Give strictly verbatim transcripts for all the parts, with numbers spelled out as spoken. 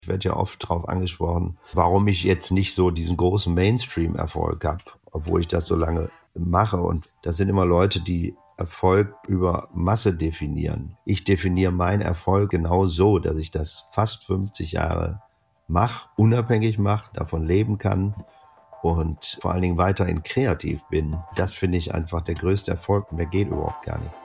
Ich werde ja oft darauf angesprochen, warum ich jetzt nicht so diesen großen Mainstream-Erfolg habe, obwohl ich das so lange mache. Und das sind immer Leute, die Erfolg über Masse definieren. Ich definiere meinen Erfolg genau so, dass ich das fast fünfzig Jahre mache, unabhängig mache, davon leben kann und vor allen Dingen weiterhin kreativ bin. Das finde ich einfach der größte Erfolg und der geht überhaupt gar nicht.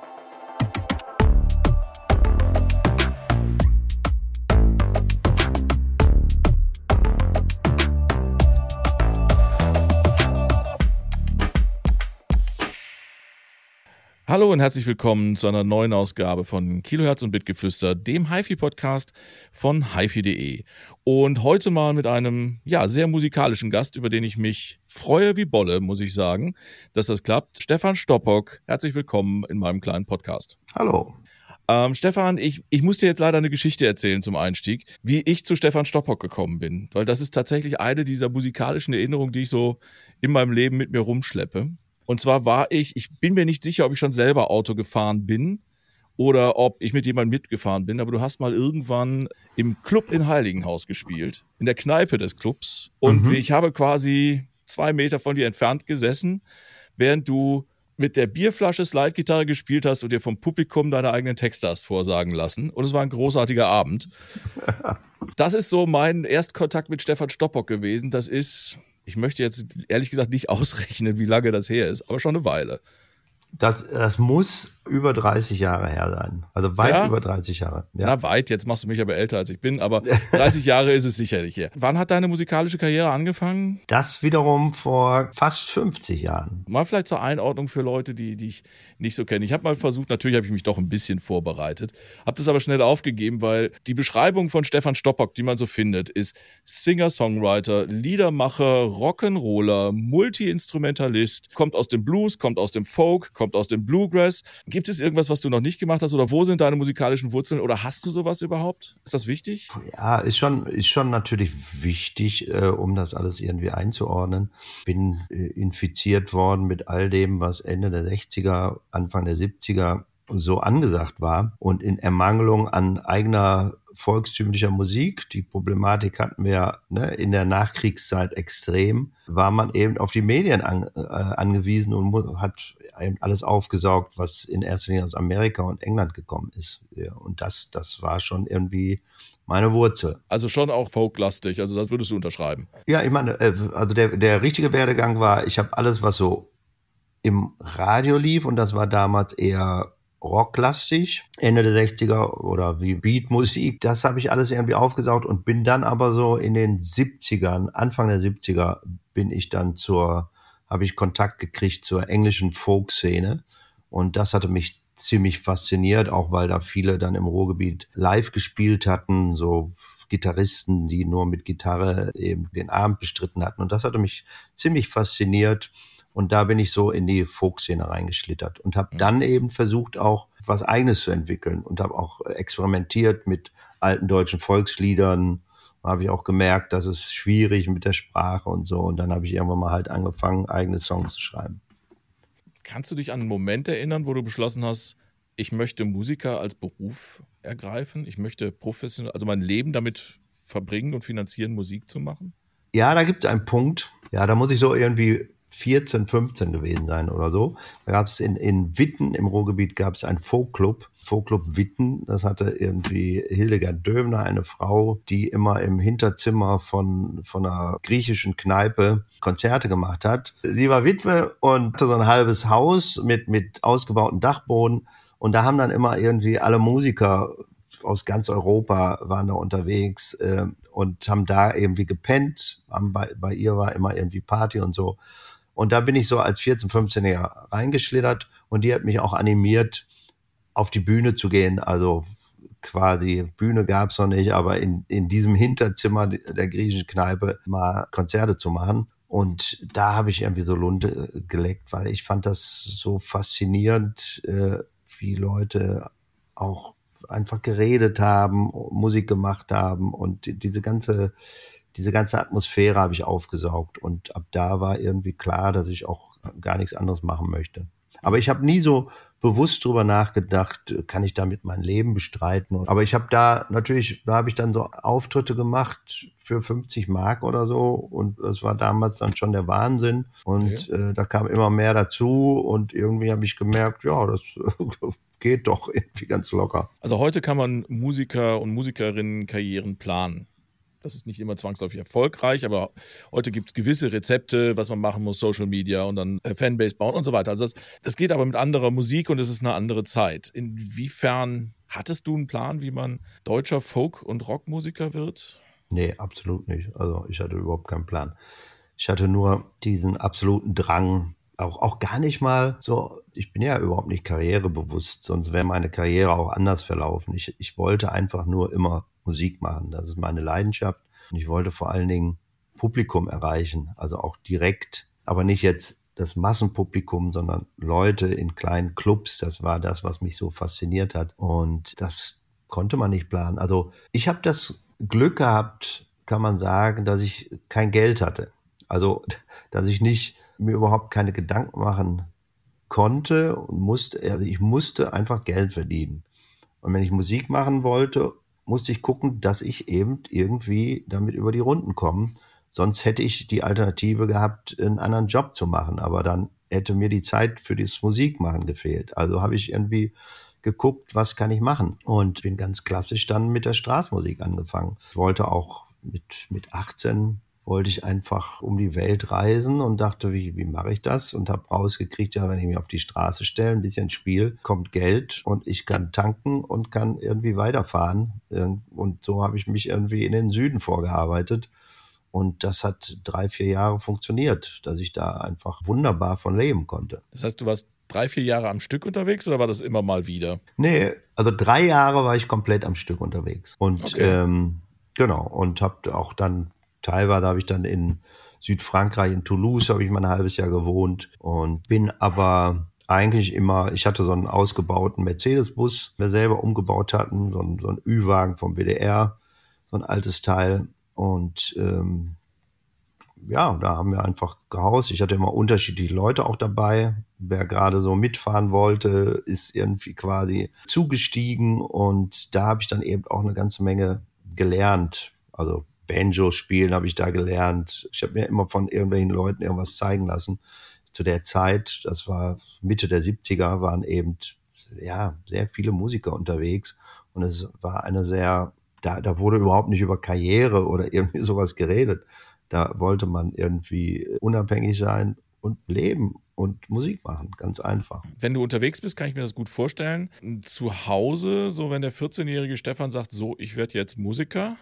Hallo und herzlich willkommen zu einer neuen Ausgabe von Kilohertz und Bitgeflüster, dem HiFi-Podcast von HiFi punkt de. Und heute mal mit einem ja sehr musikalischen Gast, über den ich mich freue wie Bolle, muss ich sagen, dass das klappt. Stefan Stoppock, herzlich willkommen in meinem kleinen Podcast. Hallo. Ähm, Stefan, ich, ich muss dir jetzt leider eine Geschichte erzählen zum Einstieg, wie ich zu Stefan Stoppock gekommen bin, weil das ist tatsächlich eine dieser musikalischen Erinnerungen, die ich so in meinem Leben mit mir rumschleppe. Und zwar war ich, ich bin mir nicht sicher, ob ich schon selber Auto gefahren bin oder ob ich mit jemandem mitgefahren bin, aber du hast mal irgendwann im Club in Heiligenhaus gespielt, in der Kneipe des Clubs. Und Mhm. ich habe quasi zwei Meter von dir entfernt gesessen, während du mit der Bierflasche Slide-Gitarre gespielt hast und dir vom Publikum deine eigenen Texte hast vorsagen lassen. Und es war ein großartiger Abend. Das ist so mein Erstkontakt mit Stefan Stoppock gewesen. Das ist... Ich möchte jetzt ehrlich gesagt nicht ausrechnen, wie lange das her ist, aber schon eine Weile. Das, das muss über dreißig Jahre her sein. Also weit Ja? über dreißig Jahre. Ja. Na weit, jetzt machst du mich aber älter als ich bin, aber dreißig Jahre ist es sicherlich her. Wann hat deine musikalische Karriere angefangen? Das wiederum vor fast fünfzig Jahren. Mal vielleicht zur Einordnung für Leute, die, die ich nicht so kenne. Ich habe mal versucht, natürlich habe ich mich doch ein bisschen vorbereitet, habe das aber schnell aufgegeben, weil die Beschreibung von Stefan Stoppock, die man so findet, ist Singer-Songwriter, Liedermacher, Rock'n'Roller, Multi-Instrumentalist, kommt aus dem Blues, kommt aus dem Folk, kommt aus dem Bluegrass. Gibt es irgendwas, was du noch nicht gemacht hast oder wo sind deine musikalischen Wurzeln oder hast du sowas überhaupt? Ist das wichtig? Ja, ist schon, ist schon natürlich wichtig, äh, um das alles irgendwie einzuordnen. Bin äh, infiziert worden mit all dem, was Ende der sechziger, Anfang der siebziger so angesagt war und in Ermangelung an eigener volkstümlicher Musik, die Problematik hatten wir ne, in der Nachkriegszeit extrem, war man eben auf die Medien an, äh, angewiesen und mu- hat eben alles aufgesaugt, was in erster Linie aus Amerika und England gekommen ist. Ja, und das, das war schon irgendwie meine Wurzel. Also schon auch folklastig, also das würdest du unterschreiben. Ja, ich meine, äh, also der, der richtige Werdegang war, ich habe alles, was so im Radio lief, und das war damals eher rocklastig, Ende der sechziger oder wie Beatmusik, das habe ich alles irgendwie aufgesaugt und bin dann aber so in den siebzigern, Anfang der siebziger bin ich dann zur, habe ich Kontakt gekriegt zur englischen Folkszene und das hatte mich ziemlich fasziniert, auch weil da viele dann im Ruhrgebiet live gespielt hatten, so Gitarristen, die nur mit Gitarre eben den Abend bestritten hatten und das hatte mich ziemlich fasziniert. Und da bin ich so in die Folkszene reingeschlittert und habe dann eben versucht, auch was Eigenes zu entwickeln und habe auch experimentiert mit alten deutschen Volksliedern. Da habe ich auch gemerkt, dass es schwierig mit der Sprache und so. Und dann habe ich irgendwann mal halt angefangen, eigene Songs zu schreiben. Kannst du dich an einen Moment erinnern, wo du beschlossen hast, ich möchte Musiker als Beruf ergreifen? Ich möchte professionell, also mein Leben damit verbringen und finanzieren, Musik zu machen? Ja, da gibt es einen Punkt. Ja, da muss ich so irgendwie vierzehn, fünfzehn gewesen sein oder so. Da gab es in, in Witten im Ruhrgebiet gab es einen Folkclub, Folkclub Witten. Das hatte irgendwie Hildegard Döbner, eine Frau, die immer im Hinterzimmer von, von einer griechischen Kneipe Konzerte gemacht hat. Sie war Witwe und hatte so ein halbes Haus mit, mit ausgebauten Dachboden. Und da haben dann immer irgendwie alle Musiker aus ganz Europa waren da unterwegs äh, und haben da irgendwie gepennt. Haben bei, bei ihr war immer irgendwie Party und so. Und da bin ich so als vierzehn-, fünfzehnjähriger reingeschlittert und die hat mich auch animiert, auf die Bühne zu gehen. Also quasi, Bühne gab's noch nicht, aber in, in diesem Hinterzimmer der griechischen Kneipe mal Konzerte zu machen. Und da habe ich irgendwie so Lunte geleckt, weil ich fand das so faszinierend, äh, wie Leute auch einfach geredet haben, Musik gemacht haben und diese ganze diese ganze Atmosphäre habe ich aufgesaugt und ab da war irgendwie klar, dass ich auch gar nichts anderes machen möchte. Aber ich habe nie so bewusst drüber nachgedacht, kann ich damit mein Leben bestreiten. Aber ich habe da natürlich, da habe ich dann so Auftritte gemacht für fünfzig Mark oder so und das war damals dann schon der Wahnsinn und Okay. äh, da kam immer mehr dazu und irgendwie habe ich gemerkt, ja, das geht doch irgendwie ganz locker. Also heute kann man Musiker und Musikerinnen Karrieren planen. Das ist nicht immer zwangsläufig erfolgreich, aber heute gibt es gewisse Rezepte, was man machen muss, Social Media und dann äh, Fanbase bauen und so weiter. Also das, das geht aber mit anderer Musik und es ist eine andere Zeit. Inwiefern hattest du einen Plan, wie man deutscher Folk- und Rockmusiker wird? Nee, absolut nicht. Also ich hatte überhaupt keinen Plan. Ich hatte nur diesen absoluten Drang, auch, auch gar nicht mal so, ich bin ja überhaupt nicht karrierebewusst, sonst wäre meine Karriere auch anders verlaufen. Ich, ich wollte einfach nur immer Musik machen. Das ist meine Leidenschaft. Und ich wollte vor allen Dingen Publikum erreichen, also auch direkt, aber nicht jetzt das Massenpublikum, sondern Leute in kleinen Clubs. Das war das, was mich so fasziniert hat. Und das konnte man nicht planen. Also ich habe das Glück gehabt, kann man sagen, dass ich kein Geld hatte. Also, dass ich nicht mir überhaupt keine Gedanken machen konnte und musste, also ich musste einfach Geld verdienen. Und wenn ich Musik machen wollte, musste ich gucken, dass ich eben irgendwie damit über die Runden komme. Sonst hätte ich die Alternative gehabt, einen anderen Job zu machen. Aber dann hätte mir die Zeit für das Musikmachen gefehlt. Also habe ich irgendwie geguckt, was kann ich machen? Und bin ganz klassisch dann mit der Straßenmusik angefangen. Ich wollte auch mit, mit achtzehn wollte ich einfach um die Welt reisen und dachte, wie, wie mache ich das? Und habe rausgekriegt, ja, wenn ich mich auf die Straße stelle, ein bisschen spiele, kommt Geld und ich kann tanken und kann irgendwie weiterfahren. Und so habe ich mich irgendwie in den Süden vorgearbeitet. Und das hat drei, vier Jahre funktioniert, dass ich da einfach wunderbar von leben konnte. Das heißt, du warst drei, vier Jahre am Stück unterwegs oder war das immer mal wieder? Nee, also drei Jahre war ich komplett am Stück unterwegs. Und Okay. ähm, genau, und habe auch dann, teilweise habe ich dann in Südfrankreich, in Toulouse, habe ich mal ein halbes Jahr gewohnt und bin aber eigentlich immer, ich hatte so einen ausgebauten Mercedes-Bus, wir selber umgebaut hatten, so einen, so einen Ü-Wagen vom B D R, so ein altes Teil. Und ähm, ja, da haben wir einfach gehaust. Ich hatte immer unterschiedliche Leute auch dabei. Wer gerade so mitfahren wollte, ist irgendwie quasi zugestiegen. Und da habe ich dann eben auch eine ganze Menge gelernt. Also Banjo spielen habe ich da gelernt. Ich habe mir immer von irgendwelchen Leuten irgendwas zeigen lassen. Zu der Zeit, das war Mitte der siebziger, waren eben ja sehr viele Musiker unterwegs. Und es war eine sehr, da, da wurde überhaupt nicht über Karriere oder irgendwie sowas geredet. Da wollte man irgendwie unabhängig sein und leben und Musik machen, ganz einfach. Wenn du unterwegs bist, kann ich mir das gut vorstellen. Zu Hause, so wenn der vierzehnjährige Stefan sagt, so, ich werde jetzt Musiker.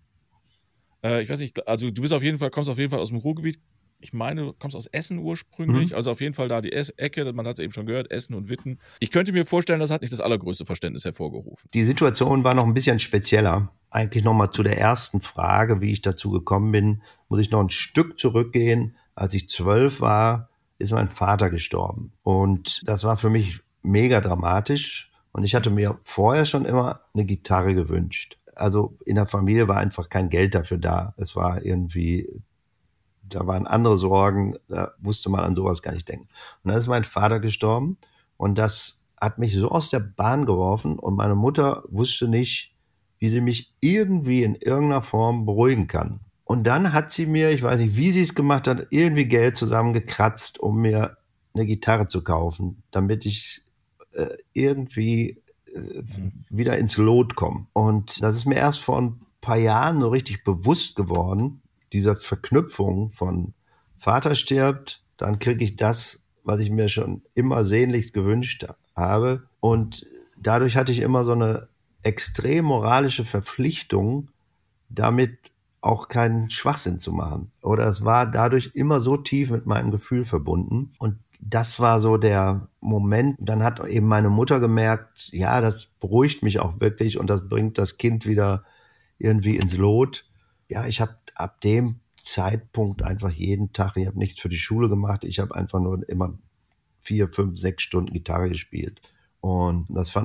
Äh, ich weiß nicht, also du bist auf jeden Fall, kommst auf jeden Fall aus dem Ruhrgebiet. Ich meine, du kommst aus Essen ursprünglich, Mhm. also auf jeden Fall da die es Ecke, man hat es eben schon gehört, Essen und Witten. Ich könnte mir vorstellen, das hat nicht das allergrößte Verständnis hervorgerufen. Die Situation war noch ein bisschen spezieller. Eigentlich nochmal zu der ersten Frage, wie ich dazu gekommen bin, muss ich noch ein Stück zurückgehen. Als ich zwölf war, ist mein Vater gestorben. Und das war für mich mega dramatisch. Und ich hatte mir vorher schon immer eine Gitarre gewünscht. Also in der Familie war einfach kein Geld dafür da. Es war irgendwie, da waren andere Sorgen, da musste man an sowas gar nicht denken. Und dann ist mein Vater gestorben und das hat mich so aus der Bahn geworfen und meine Mutter wusste nicht, wie sie mich irgendwie in irgendeiner Form beruhigen kann. Und dann hat sie mir, ich weiß nicht, wie sie es gemacht hat, irgendwie Geld zusammengekratzt, um mir eine Gitarre zu kaufen, damit ich äh, irgendwie äh, wieder ins Lot komme. Und das ist mir erst vor ein paar Jahren so richtig bewusst geworden, dieser Verknüpfung von Vater stirbt, dann kriege ich das, was ich mir schon immer sehnlichst gewünscht habe. Und dadurch hatte ich immer so eine extrem moralische Verpflichtung, damit auch keinen Schwachsinn zu machen. Oder es war dadurch immer so tief mit meinem Gefühl verbunden. Und das war so der Moment. Dann hat eben meine Mutter gemerkt, ja, das beruhigt mich auch wirklich und das bringt das Kind wieder irgendwie ins Lot. Ja, ich habe ab dem Zeitpunkt einfach jeden Tag, ich habe nichts für die Schule gemacht, ich habe einfach nur immer vier, fünf, sechs Stunden Gitarre gespielt. Und das fand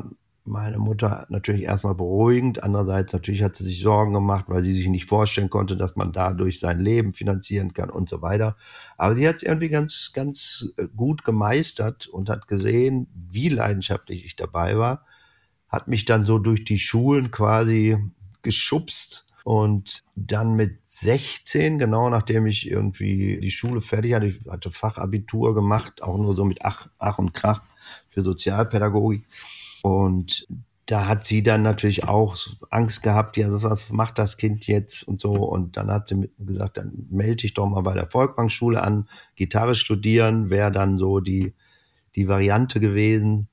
meine Mutter natürlich erstmal beruhigend. Andererseits natürlich hat sie sich Sorgen gemacht, weil sie sich nicht vorstellen konnte, dass man dadurch sein Leben finanzieren kann und so weiter. Aber sie hat es irgendwie ganz, ganz gut gemeistert und hat gesehen, wie leidenschaftlich ich dabei war. Hat mich dann so durch die Schulen quasi geschubst. Und dann mit sechzehn, genau nachdem ich irgendwie die Schule fertig hatte, ich hatte Fachabitur gemacht, auch nur so mit Ach, Ach und Krach für Sozialpädagogik. Und da hat sie dann natürlich auch Angst gehabt, ja, was macht das Kind jetzt und so. Und dann hat sie gesagt, dann melde dich doch mal bei der Volkwang-Schule an, Gitarre studieren, wäre dann so die, die Variante gewesen.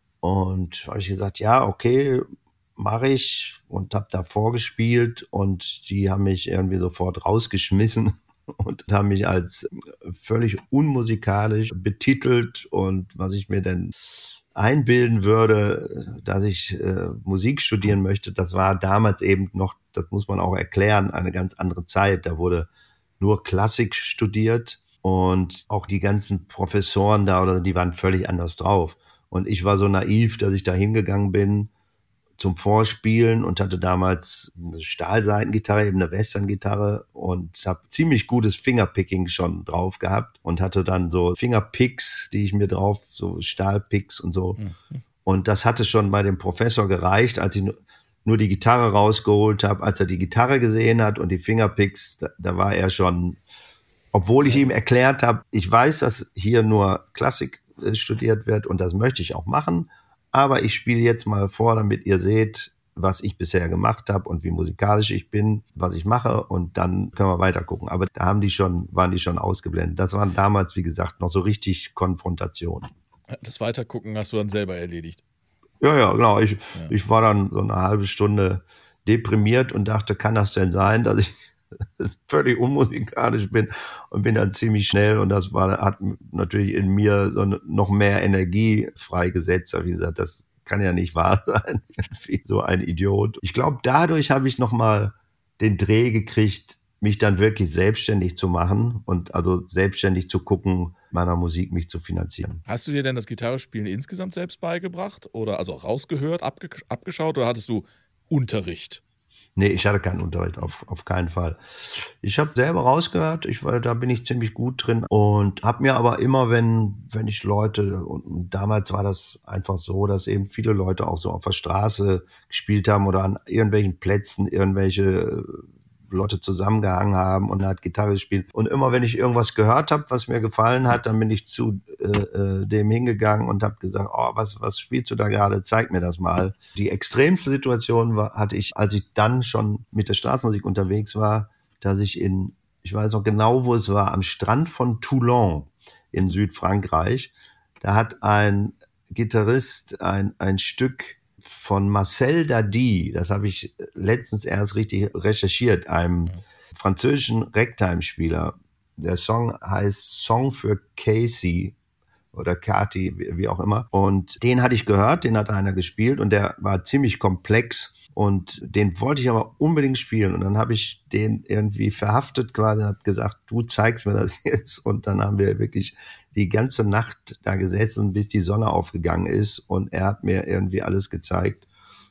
Und habe ich gesagt, ja, okay, mache ich, und habe da vorgespielt und die haben mich irgendwie sofort rausgeschmissen und haben mich als völlig unmusikalisch betitelt, und was ich mir denn einbilden würde, dass ich äh, Musik studieren möchte, das war damals eben noch, das muss man auch erklären, eine ganz andere Zeit. Da wurde nur Klassik studiert und auch die ganzen Professoren da, oder die waren völlig anders drauf. Und ich war so naiv, dass ich da hingegangen bin zum Vorspielen und hatte damals eine Stahlseitengitarre, eben eine Western-Gitarre, und habe ziemlich gutes Fingerpicking schon drauf gehabt und hatte dann so Fingerpicks, die ich mir drauf, so Stahlpicks und so. Mhm. Und das hatte schon bei dem Professor gereicht, als ich nur die Gitarre rausgeholt habe, als er die Gitarre gesehen hat und die Fingerpicks, da, da war er schon, obwohl ich ihm erklärt habe, ich weiß, dass hier nur Klassik studiert wird und das möchte ich auch machen, aber ich spiele jetzt mal vor, damit ihr seht, was ich bisher gemacht habe und wie musikalisch ich bin, was ich mache, und dann können wir weiter gucken. Aber da haben die schon, waren die schon ausgeblendet. Das waren damals, wie gesagt, noch so richtig Konfrontationen. Das Weitergucken hast du dann selber erledigt. Ja, ja, genau. Ich, ja. ich war dann so eine halbe Stunde deprimiert und dachte, kann das denn sein, dass ich völlig unmusikalisch bin, und bin dann ziemlich schnell, und das war, hat natürlich in mir so noch mehr Energie freigesetzt. Wie gesagt, das kann ja nicht wahr sein, irgendwie so ein Idiot. Ich glaube, dadurch habe ich nochmal den Dreh gekriegt, mich dann wirklich selbstständig zu machen und also selbstständig zu gucken, meiner Musik mich zu finanzieren. Hast du dir denn das Gitarrespielen insgesamt selbst beigebracht oder also auch rausgehört, abge- abgeschaut, oder hattest du Unterricht? Nee, ich hatte keinen Unterricht, auf, auf keinen Fall. Ich habe selber rausgehört, ich, weil da bin ich ziemlich gut drin, und habe mir aber immer, wenn, wenn ich Leute, und damals war das einfach so, dass eben viele Leute auch so auf der Straße gespielt haben oder an irgendwelchen Plätzen irgendwelche Leute zusammengehangen haben und er hat Gitarre gespielt. Und immer wenn ich irgendwas gehört habe, was mir gefallen hat, dann bin ich zu äh, dem hingegangen und habe gesagt, oh, was, was spielst du da gerade? Zeig mir das mal. Die extremste Situation war, hatte ich, als ich dann schon mit der Straßenmusik unterwegs war, dass ich in, ich weiß noch genau, wo es war, am Strand von Toulon in Südfrankreich, da hat ein Gitarrist ein, ein Stück von Marcel Dadi, das habe ich letztens erst richtig recherchiert, einem ja. französischen Ragtime-Spieler. Der Song heißt Song für Casey oder Kati, wie auch immer. Und den hatte ich gehört, den hat einer gespielt und der war ziemlich komplex und den wollte ich aber unbedingt spielen. Und dann habe ich den irgendwie verhaftet quasi und habe gesagt, du zeigst mir das jetzt. Und dann haben wir wirklich die ganze Nacht da gesessen, bis die Sonne aufgegangen ist, und er hat mir irgendwie alles gezeigt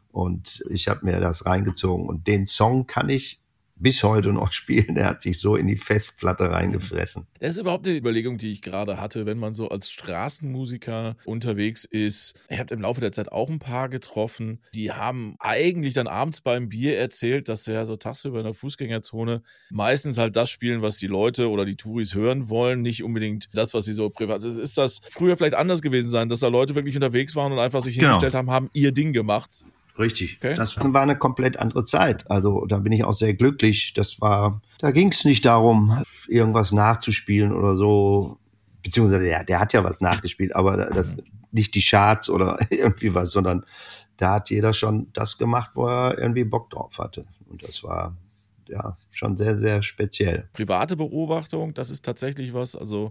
und ich habe mir das reingezogen, und den Song kann ich bis heute noch spielen. Der hat sich so in die Festplatte reingefressen. Das ist überhaupt eine Überlegung, die ich gerade hatte, wenn man so als Straßenmusiker unterwegs ist. Ich habe im Laufe der Zeit auch ein paar getroffen, die haben eigentlich dann abends beim Bier erzählt, dass sie ja so tagsüber in der Fußgängerzone meistens halt das spielen, was die Leute oder die Touris hören wollen, nicht unbedingt das, was sie so privat... Ist das früher vielleicht anders gewesen sein, dass da Leute wirklich unterwegs waren und einfach sich genau. hingestellt haben, haben ihr Ding gemacht? Richtig. Okay. Das war eine komplett andere Zeit. Also da bin ich auch sehr glücklich. Das war, da ging es nicht darum, irgendwas nachzuspielen oder so. Beziehungsweise der, der hat ja was nachgespielt, aber das nicht die Charts oder irgendwie was, sondern da hat jeder schon das gemacht, wo er irgendwie Bock drauf hatte. Und das war ja schon sehr, sehr speziell. Private Beobachtung, das ist tatsächlich was, also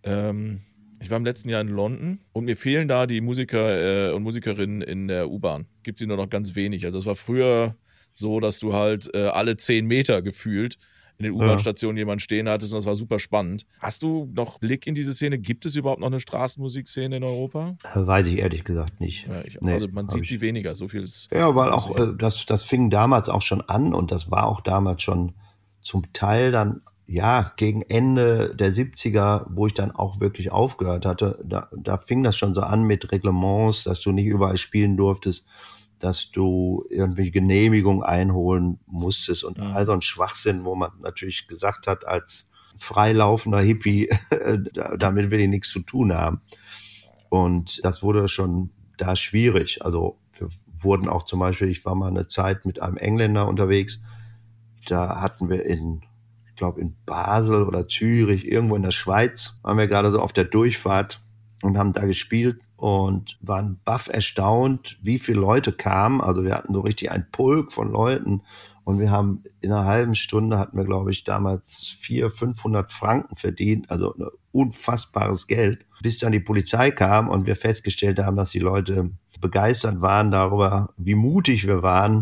ähm ich war im letzten Jahr in London und mir fehlen da die Musiker äh, und Musikerinnen in der U-Bahn. Gibt sie nur noch ganz wenig. Also es war früher so, dass du halt äh, alle zehn Meter gefühlt in den Ja. U-Bahn-Stationen jemanden stehen hattest und das war super spannend. Hast du noch Blick in diese Szene? Gibt es überhaupt noch eine Straßenmusikszene in Europa? Äh, Weiß ich ehrlich gesagt nicht. Ja, ich, Nee, also man hab sieht ich. sie weniger, so viel ist Ja, weil muss auch, ich- äh, das, das fing damals auch schon an und das war auch damals schon zum Teil dann, ja, gegen Ende der siebziger, wo ich dann auch wirklich aufgehört hatte, da, da fing das schon so an mit Reglements, dass du nicht überall spielen durftest, dass du irgendwie Genehmigung einholen musstest und Mhm. all so ein Schwachsinn, wo man natürlich gesagt hat, als freilaufender Hippie, da- damit will ich nichts zu tun haben. Und das wurde schon da schwierig. Also wir wurden auch zum Beispiel, ich war mal eine Zeit mit einem Engländer unterwegs, da hatten wir in, ich glaube in Basel oder Zürich, irgendwo in der Schweiz, waren wir gerade so auf der Durchfahrt und haben da gespielt und waren baff erstaunt, wie viele Leute kamen. Also wir hatten so richtig einen Pulk von Leuten und wir haben in einer halben Stunde hatten wir, glaube ich, damals vierhundert, fünfhundert Franken verdient, also ein unfassbares Geld, bis dann die Polizei kam und wir festgestellt haben, dass die Leute begeistert waren darüber, wie mutig wir waren,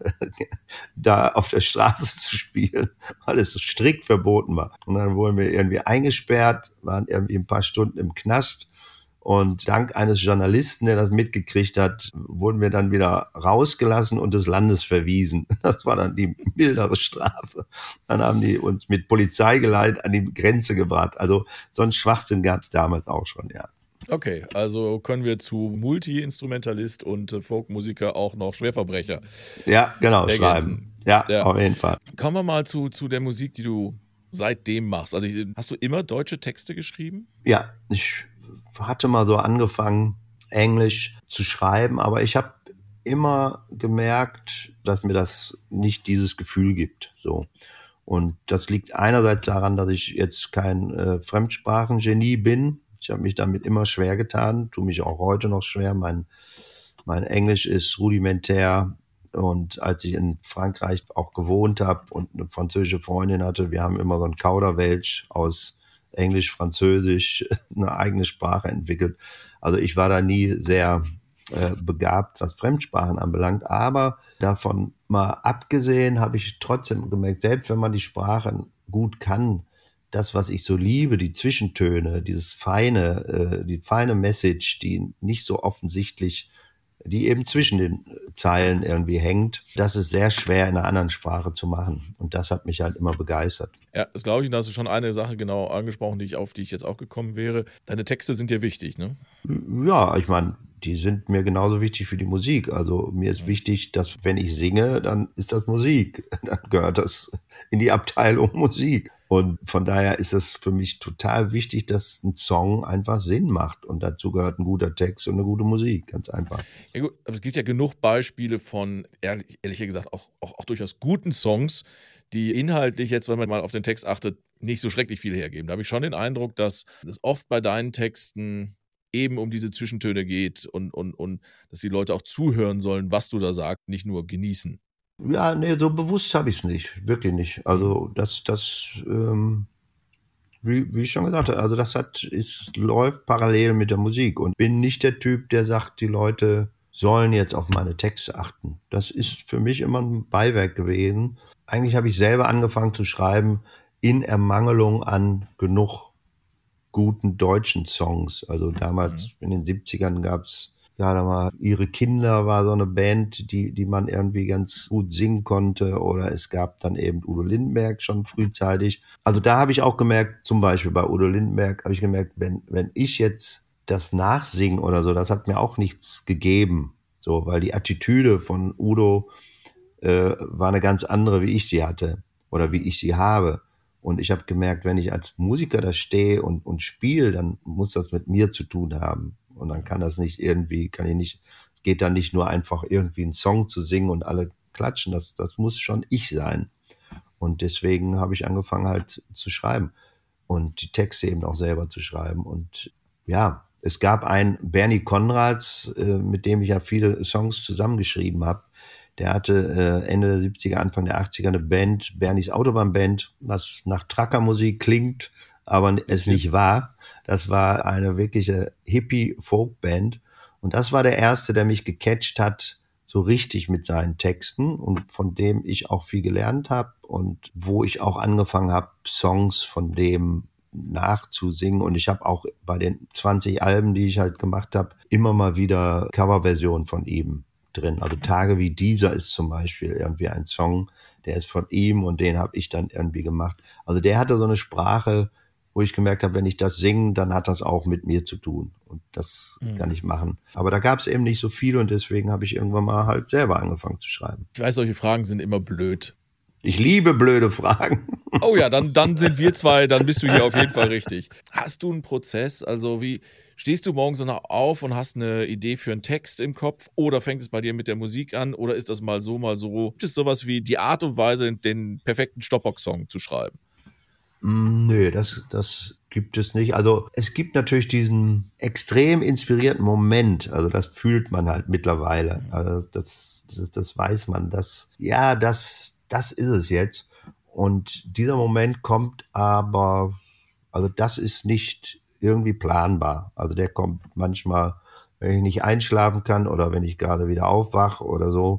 da auf der Straße zu spielen, weil es strikt verboten war. Und dann wurden wir irgendwie eingesperrt, waren irgendwie ein paar Stunden im Knast. Und dank eines Journalisten, der das mitgekriegt hat, wurden wir dann wieder rausgelassen und des Landes verwiesen. Das war dann die mildere Strafe. Dann haben die uns mit Polizeigeleit an die Grenze gebracht. Also so einen Schwachsinn gab es damals auch schon, ja. Okay, also können wir zu Multi-Instrumentalist und äh, Folkmusiker auch noch Schwerverbrecher Ja, genau, ergänzen. schreiben. Ja, Ja. auf jeden Fall. Kommen wir mal zu, zu der Musik, die du seitdem machst. Also ich, hast du immer deutsche Texte geschrieben? Ja, ich hatte mal so angefangen, Englisch zu schreiben, aber ich habe immer gemerkt, dass mir das nicht dieses Gefühl gibt. So. Und das liegt einerseits daran, dass ich jetzt kein äh, Fremdsprachengenie bin. Ich habe mich damit immer schwer getan, tue mich auch heute noch schwer. Mein, mein Englisch ist rudimentär. Und als ich in Frankreich auch gewohnt habe und eine französische Freundin hatte, wir haben immer so ein Kauderwelsch aus Englisch, Französisch, eine eigene Sprache entwickelt. Also ich war da nie sehr äh, begabt, was Fremdsprachen anbelangt. Aber davon mal abgesehen habe ich trotzdem gemerkt, selbst wenn man die Sprachen gut kann, das, was ich so liebe, die Zwischentöne, dieses feine, äh, die feine Message, die nicht so offensichtlich, die eben zwischen den Zeilen irgendwie hängt, das ist sehr schwer in einer anderen Sprache zu machen. Und das hat mich halt immer begeistert. Ja, das glaube ich, da hast du schon eine Sache genau angesprochen, die ich, auf die ich jetzt auch gekommen wäre. Deine Texte sind dir wichtig, ne? Ja, ich meine, die sind mir genauso wichtig für die Musik. Also mir ist wichtig, dass wenn ich singe, dann ist das Musik. Dann gehört das in die Abteilung Musik. Und von daher ist es für mich total wichtig, dass ein Song einfach Sinn macht. Und dazu gehört ein guter Text und eine gute Musik, ganz einfach. Ja gut, aber es gibt ja genug Beispiele von, ehrlich, ehrlich gesagt, auch, auch, auch durchaus guten Songs, die inhaltlich jetzt, wenn man mal auf den Text achtet, nicht so schrecklich viel hergeben. Da habe ich schon den Eindruck, dass es oft bei deinen Texten eben um diese Zwischentöne geht und, und, und dass die Leute auch zuhören sollen, was du da sagst, nicht nur genießen. Ja, nee, so bewusst habe ich es nicht, wirklich nicht. Also das, das, ähm, wie, wie ich schon gesagt habe, also das hat, ist, läuft parallel mit der Musik und bin nicht der Typ, der sagt, die Leute sollen jetzt auf meine Texte achten. Das ist für mich immer ein Beiwerk gewesen. Eigentlich habe ich selber angefangen zu schreiben in Ermangelung an genug guten deutschen Songs. Also damals in den siebzigern gab's ja, da war Ihre Kinder war so eine Band, die, die man irgendwie ganz gut singen konnte. Oder es gab dann eben Udo Lindenberg schon frühzeitig. Also da habe ich auch gemerkt, zum Beispiel bei Udo Lindenberg habe ich gemerkt, wenn, wenn ich jetzt das nachsinge oder so, das hat mir auch nichts gegeben. So, weil die Attitüde von Udo äh, war eine ganz andere, wie ich sie hatte oder wie ich sie habe. Und ich habe gemerkt, wenn ich als Musiker da stehe und, und spiele, dann muss das mit mir zu tun haben. Und dann kann das nicht irgendwie, kann ich nicht, es geht dann nicht nur einfach irgendwie einen Song zu singen und alle klatschen. Das, das muss schon ich sein. Und deswegen habe ich angefangen halt zu schreiben und die Texte eben auch selber zu schreiben. Und ja, es gab einen Bernie Konrads, äh, mit dem ich ja viele Songs zusammengeschrieben habe. Der hatte äh, Ende der siebziger, Anfang der achtziger eine Band, Bernies Autobahnband, was nach Truckermusik klingt, aber es nicht war. Das war eine wirkliche Hippie-Folk-Band. Und das war der erste, der mich gecatcht hat, so richtig mit seinen Texten und von dem ich auch viel gelernt habe und wo ich auch angefangen habe, Songs von dem nachzusingen. Und ich habe auch bei den zwanzig Alben, die ich halt gemacht habe, immer mal wieder Coverversionen von ihm drin. Also Tage wie dieser ist zum Beispiel irgendwie ein Song, der ist von ihm und den habe ich dann irgendwie gemacht. Also der hatte so eine Sprache, wo ich gemerkt habe, wenn ich das singe, dann hat das auch mit mir zu tun. Und das mhm. kann ich machen. Aber da gab es eben nicht so viel und deswegen habe ich irgendwann mal halt selber angefangen zu schreiben. Ich weiß, solche Fragen sind immer blöd. Ich liebe blöde Fragen. Oh ja, dann, dann sind wir zwei, dann bist du hier auf jeden Fall richtig. Hast du einen Prozess? Also wie stehst du morgens so noch auf und hast eine Idee für einen Text im Kopf oder fängt es bei dir mit der Musik an oder ist das mal so, mal so? Gibt es sowas wie die Art und Weise, den perfekten Stoppock-Song zu schreiben? Mm, nö, das, das gibt es nicht. Also es gibt natürlich diesen extrem inspirierten Moment. Also das fühlt man halt mittlerweile. Also das, das, das weiß man. Das, ja, das, das ist es jetzt. Und dieser Moment kommt aber, also das ist nicht irgendwie planbar. Also der kommt manchmal, wenn ich nicht einschlafen kann oder wenn ich gerade wieder aufwache oder so.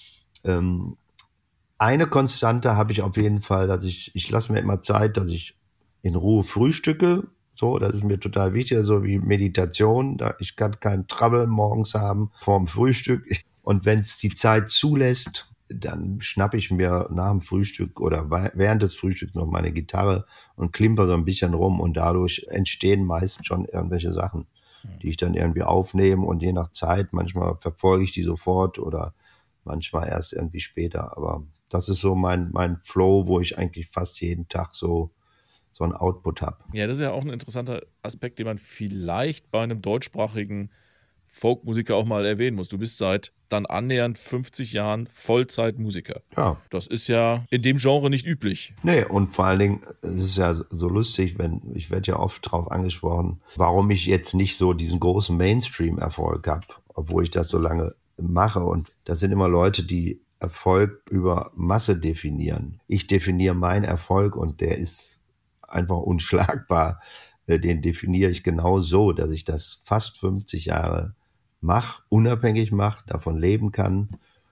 Ähm, Eine Konstante habe ich auf jeden Fall, dass ich, ich lasse mir immer Zeit, dass ich in Ruhe frühstücke. So, das ist mir total wichtig, so wie Meditation. Da, ich kann keinen Trouble morgens haben vorm Frühstück. Und wenn es die Zeit zulässt, dann schnappe ich mir nach dem Frühstück oder während des Frühstücks noch meine Gitarre und klimper so ein bisschen rum und dadurch entstehen meist schon irgendwelche Sachen, die ich dann irgendwie aufnehme und je nach Zeit, manchmal verfolge ich die sofort oder manchmal erst irgendwie später. Aber das ist so mein, mein Flow, wo ich eigentlich fast jeden Tag so, so ein Output habe. Ja, das ist ja auch ein interessanter Aspekt, den man vielleicht bei einem deutschsprachigen Folkmusiker auch mal erwähnen muss. Du bist seit dann annähernd fünfzig Jahren Vollzeitmusiker. Ja. Das ist ja in dem Genre nicht üblich. Nee, und vor allen Dingen, es ist ja so lustig, wenn, ich werde ja oft drauf angesprochen, warum ich jetzt nicht so diesen großen Mainstream-Erfolg habe, obwohl ich das so lange mache. Und das sind immer Leute, die Erfolg über Masse definieren. Ich definiere meinen Erfolg und der ist einfach unschlagbar. Den definiere ich genau so, dass ich das fast fünfzig Jahre mache, unabhängig mache, davon leben kann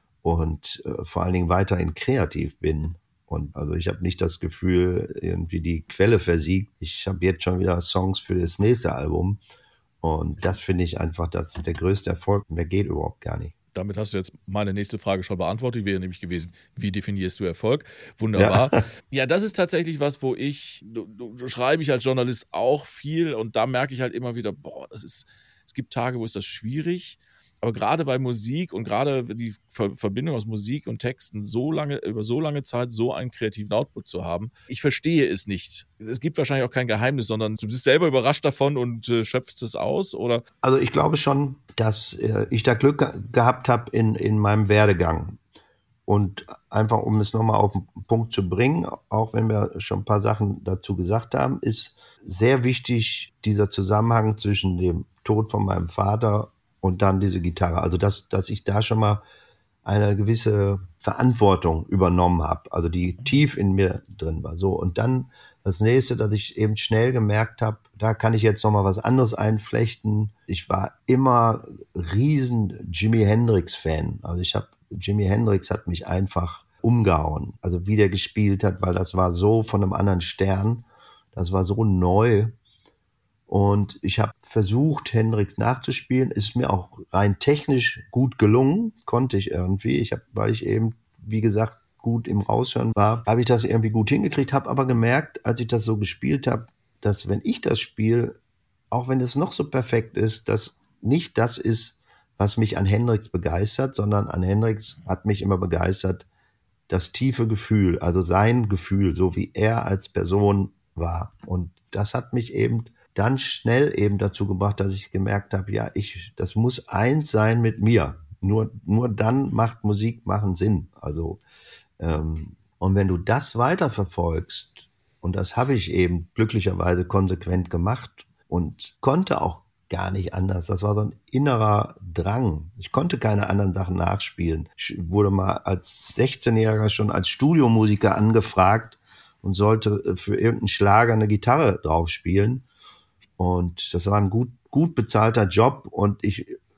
und äh, vor allen Dingen weiterhin kreativ bin. Und also ich habe nicht das Gefühl, irgendwie die Quelle versiegt. Ich habe jetzt schon wieder Songs für das nächste Album. Und das finde ich einfach, das ist der größte Erfolg. Mehr geht überhaupt gar nicht. Damit hast du jetzt meine nächste Frage schon beantwortet. Die wäre nämlich gewesen, wie definierst du Erfolg? Wunderbar. Ja, ja, das ist tatsächlich was, wo ich, du, du schreibe ich als Journalist auch viel und da merke ich halt immer wieder, boah, das ist, es gibt Tage, wo ist das schwierig. Aber gerade bei Musik und gerade die Ver- Verbindung aus Musik und Texten so lange, über so lange Zeit so einen kreativen Output zu haben, ich verstehe es nicht. Es gibt wahrscheinlich auch kein Geheimnis, sondern du bist selber überrascht davon und äh, schöpfst es aus, oder? Also ich glaube schon, dass äh, ich da Glück ge- gehabt habe in, in meinem Werdegang. Und einfach, um es nochmal auf den Punkt zu bringen, auch wenn wir schon ein paar Sachen dazu gesagt haben, ist sehr wichtig dieser Zusammenhang zwischen dem Tod von meinem Vater und dann diese Gitarre. Also dass, dass ich da schon mal eine gewisse Verantwortung übernommen habe, also die tief in mir drin war. So, und dann das nächste, dass ich eben schnell gemerkt habe, da kann ich jetzt noch mal was anderes einflechten. Ich war immer riesen Jimi Hendrix Fan. Also ich habe Jimi Hendrix hat mich einfach umgehauen. Also wie der gespielt hat, weil das war so von einem anderen Stern. Das war so neu. Und ich habe versucht, Hendrix nachzuspielen. Ist mir auch rein technisch gut gelungen. Konnte ich irgendwie. Ich habe, weil ich eben, wie gesagt, gut im Raushören war, habe ich das irgendwie gut hingekriegt. Habe aber gemerkt, als ich das so gespielt habe, dass wenn ich das spiele, auch wenn es noch so perfekt ist, dass nicht das ist, was mich an Hendrix begeistert, sondern an Hendrix hat mich immer begeistert das tiefe Gefühl, also sein Gefühl, so wie er als Person war. Und das hat mich eben dann schnell eben dazu gebracht, dass ich gemerkt habe, ja, ich, das muss eins sein mit mir. Nur, nur dann macht Musik machen Sinn. Also, ähm, und wenn du das weiterverfolgst, und das habe ich eben glücklicherweise konsequent gemacht und konnte auch gar nicht anders. Das war so ein innerer Drang. Ich konnte keine anderen Sachen nachspielen. Ich wurde mal als sechzehnjähriger schon als Studiomusiker angefragt und sollte für irgendeinen Schlager eine Gitarre drauf spielen. Und das war ein gut, gut bezahlter Job und ich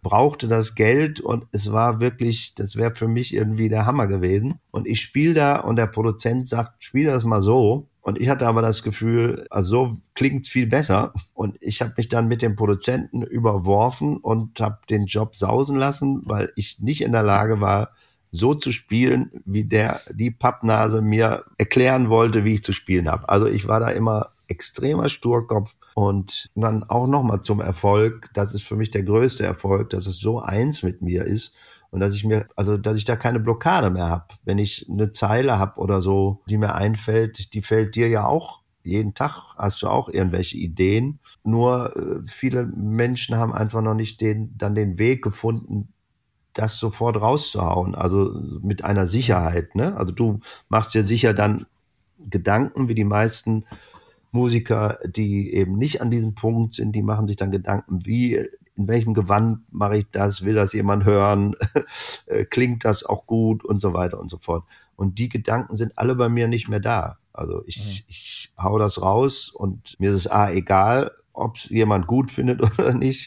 brauchte das Geld und es war wirklich, das wäre für mich irgendwie der Hammer gewesen. Und ich spiele da und der Produzent sagt, spiel das mal so. Und ich hatte aber das Gefühl, also so klingt's viel besser. Und ich habe mich dann mit dem Produzenten überworfen und habe den Job sausen lassen, weil ich nicht in der Lage war, so zu spielen, wie der die Pappnase mir erklären wollte, wie ich zu spielen habe. Also ich war da immer extremer Sturkopf und dann auch nochmal zum Erfolg. Das ist für mich der größte Erfolg, dass es so eins mit mir ist und dass ich mir, also dass ich da keine Blockade mehr habe. Wenn ich eine Zeile habe oder so, die mir einfällt, die fällt dir ja auch. Jeden Tag hast du auch irgendwelche Ideen. Nur äh, viele Menschen haben einfach noch nicht den, dann den Weg gefunden, das sofort rauszuhauen, also mit einer Sicherheit, ne? Also du machst dir sicher dann Gedanken, wie die meisten Musiker, die eben nicht an diesem Punkt sind, die machen sich dann Gedanken, wie, in welchem Gewand mache ich das, will das jemand hören, klingt das auch gut und so weiter und so fort. Und die Gedanken sind alle bei mir nicht mehr da. Also ich, mhm. ich hau das raus und mir ist es A, egal, ob es jemand gut findet oder nicht.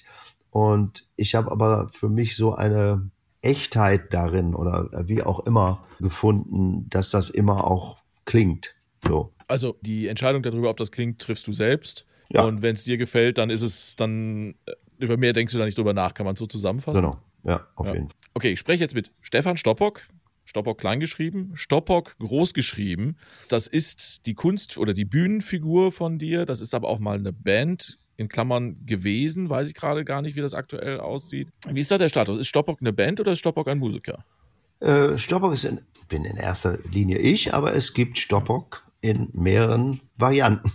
Und ich habe aber für mich so eine Echtheit darin oder wie auch immer gefunden, dass das immer auch klingt. So. Also die Entscheidung darüber, ob das klingt, triffst du selbst. Ja. Und wenn es dir gefällt, dann ist es dann, über mehr denkst du da nicht drüber nach, kann man so zusammenfassen? Genau, ja, auf ja. jeden Fall. Okay, ich spreche jetzt mit Stefan Stoppock. Stoppock klein geschrieben, Stoppock groß geschrieben. Das ist die Kunst oder die Bühnenfigur von dir. Das ist aber auch mal eine Band in Klammern gewesen. Weiß ich gerade gar nicht, wie das aktuell aussieht. Wie ist da der Status? Ist Stoppock eine Band oder ist Stoppock ein Musiker? Äh, Stoppock ist in, bin in erster Linie ich, aber es gibt Stoppock in mehreren Varianten.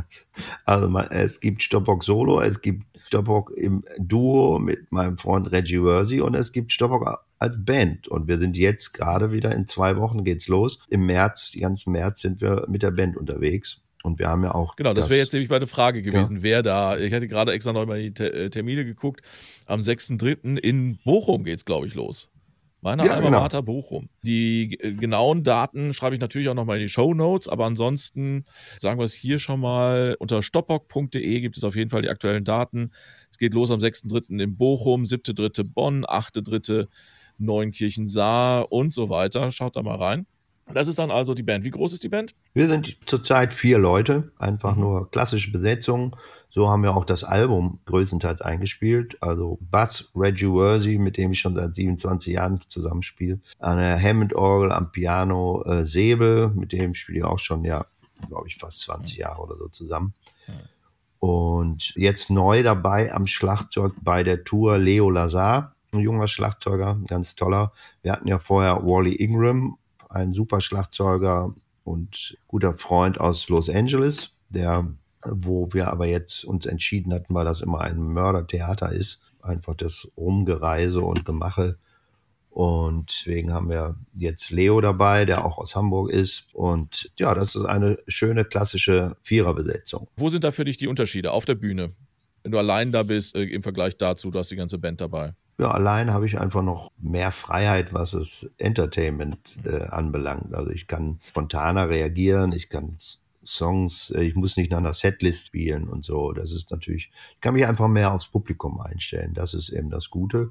Also man, es gibt Stoppock Solo, es gibt Stoppock im Duo mit meinem Freund Reggie Worthy und es gibt Stoppock als Band. Und wir sind jetzt gerade wieder, in zwei Wochen geht's los. Im März, die ganzen März sind wir mit der Band unterwegs. Und wir haben ja auch. Genau, das, das wäre jetzt nämlich meine Frage gewesen, ja. wer da. Ich hatte gerade extra noch mal die Termine geguckt. Am sechsten dritten in Bochum geht's, glaube ich, los. Meine ja, Alma genau. Mater Bochum. Die genauen Daten schreibe ich natürlich auch nochmal in die Shownotes, aber ansonsten sagen wir es hier schon mal, unter stoppock punkt de gibt es auf jeden Fall die aktuellen Daten. Es geht los am sechsten dritten in Bochum, siebten dritten Bonn, achten dritten Neunkirchen-Saar und so weiter. Schaut da mal rein. Das ist dann also die Band. Wie groß ist die Band? Wir sind zurzeit vier Leute, einfach nur klassische Besetzung. So haben wir auch das Album größtenteils eingespielt. Also Bass, Reggie Worthy, mit dem ich schon seit siebenundzwanzig Jahren zusammenspiele. An der Hammond-Orgel, am Piano äh, Säbel, mit dem spiele ich auch schon, ja, glaube ich, fast zwanzig Jahre oder so zusammen. Und jetzt neu dabei am Schlagzeug bei der Tour Leo Lazar, ein junger Schlagzeuger, ganz toller. Wir hatten ja vorher Wally Ingram, ein super Schlagzeuger und guter Freund aus Los Angeles, der, wo wir aber jetzt uns entschieden hatten, weil das immer ein Mördertheater ist, einfach das Rumgereise und Gemache. Und deswegen haben wir jetzt Leo dabei, der auch aus Hamburg ist. Und ja, das ist eine schöne klassische Viererbesetzung. Wo sind da für dich die Unterschiede auf der Bühne? Wenn du allein da bist, äh, im Vergleich dazu, du hast die ganze Band dabei. Ja, allein habe ich einfach noch mehr Freiheit, was das Entertainment äh, anbelangt. Also ich kann spontaner reagieren, ich kann Songs, äh, ich muss nicht nach einer Setlist spielen und so. Das ist natürlich, ich kann mich einfach mehr aufs Publikum einstellen. Das ist eben das Gute.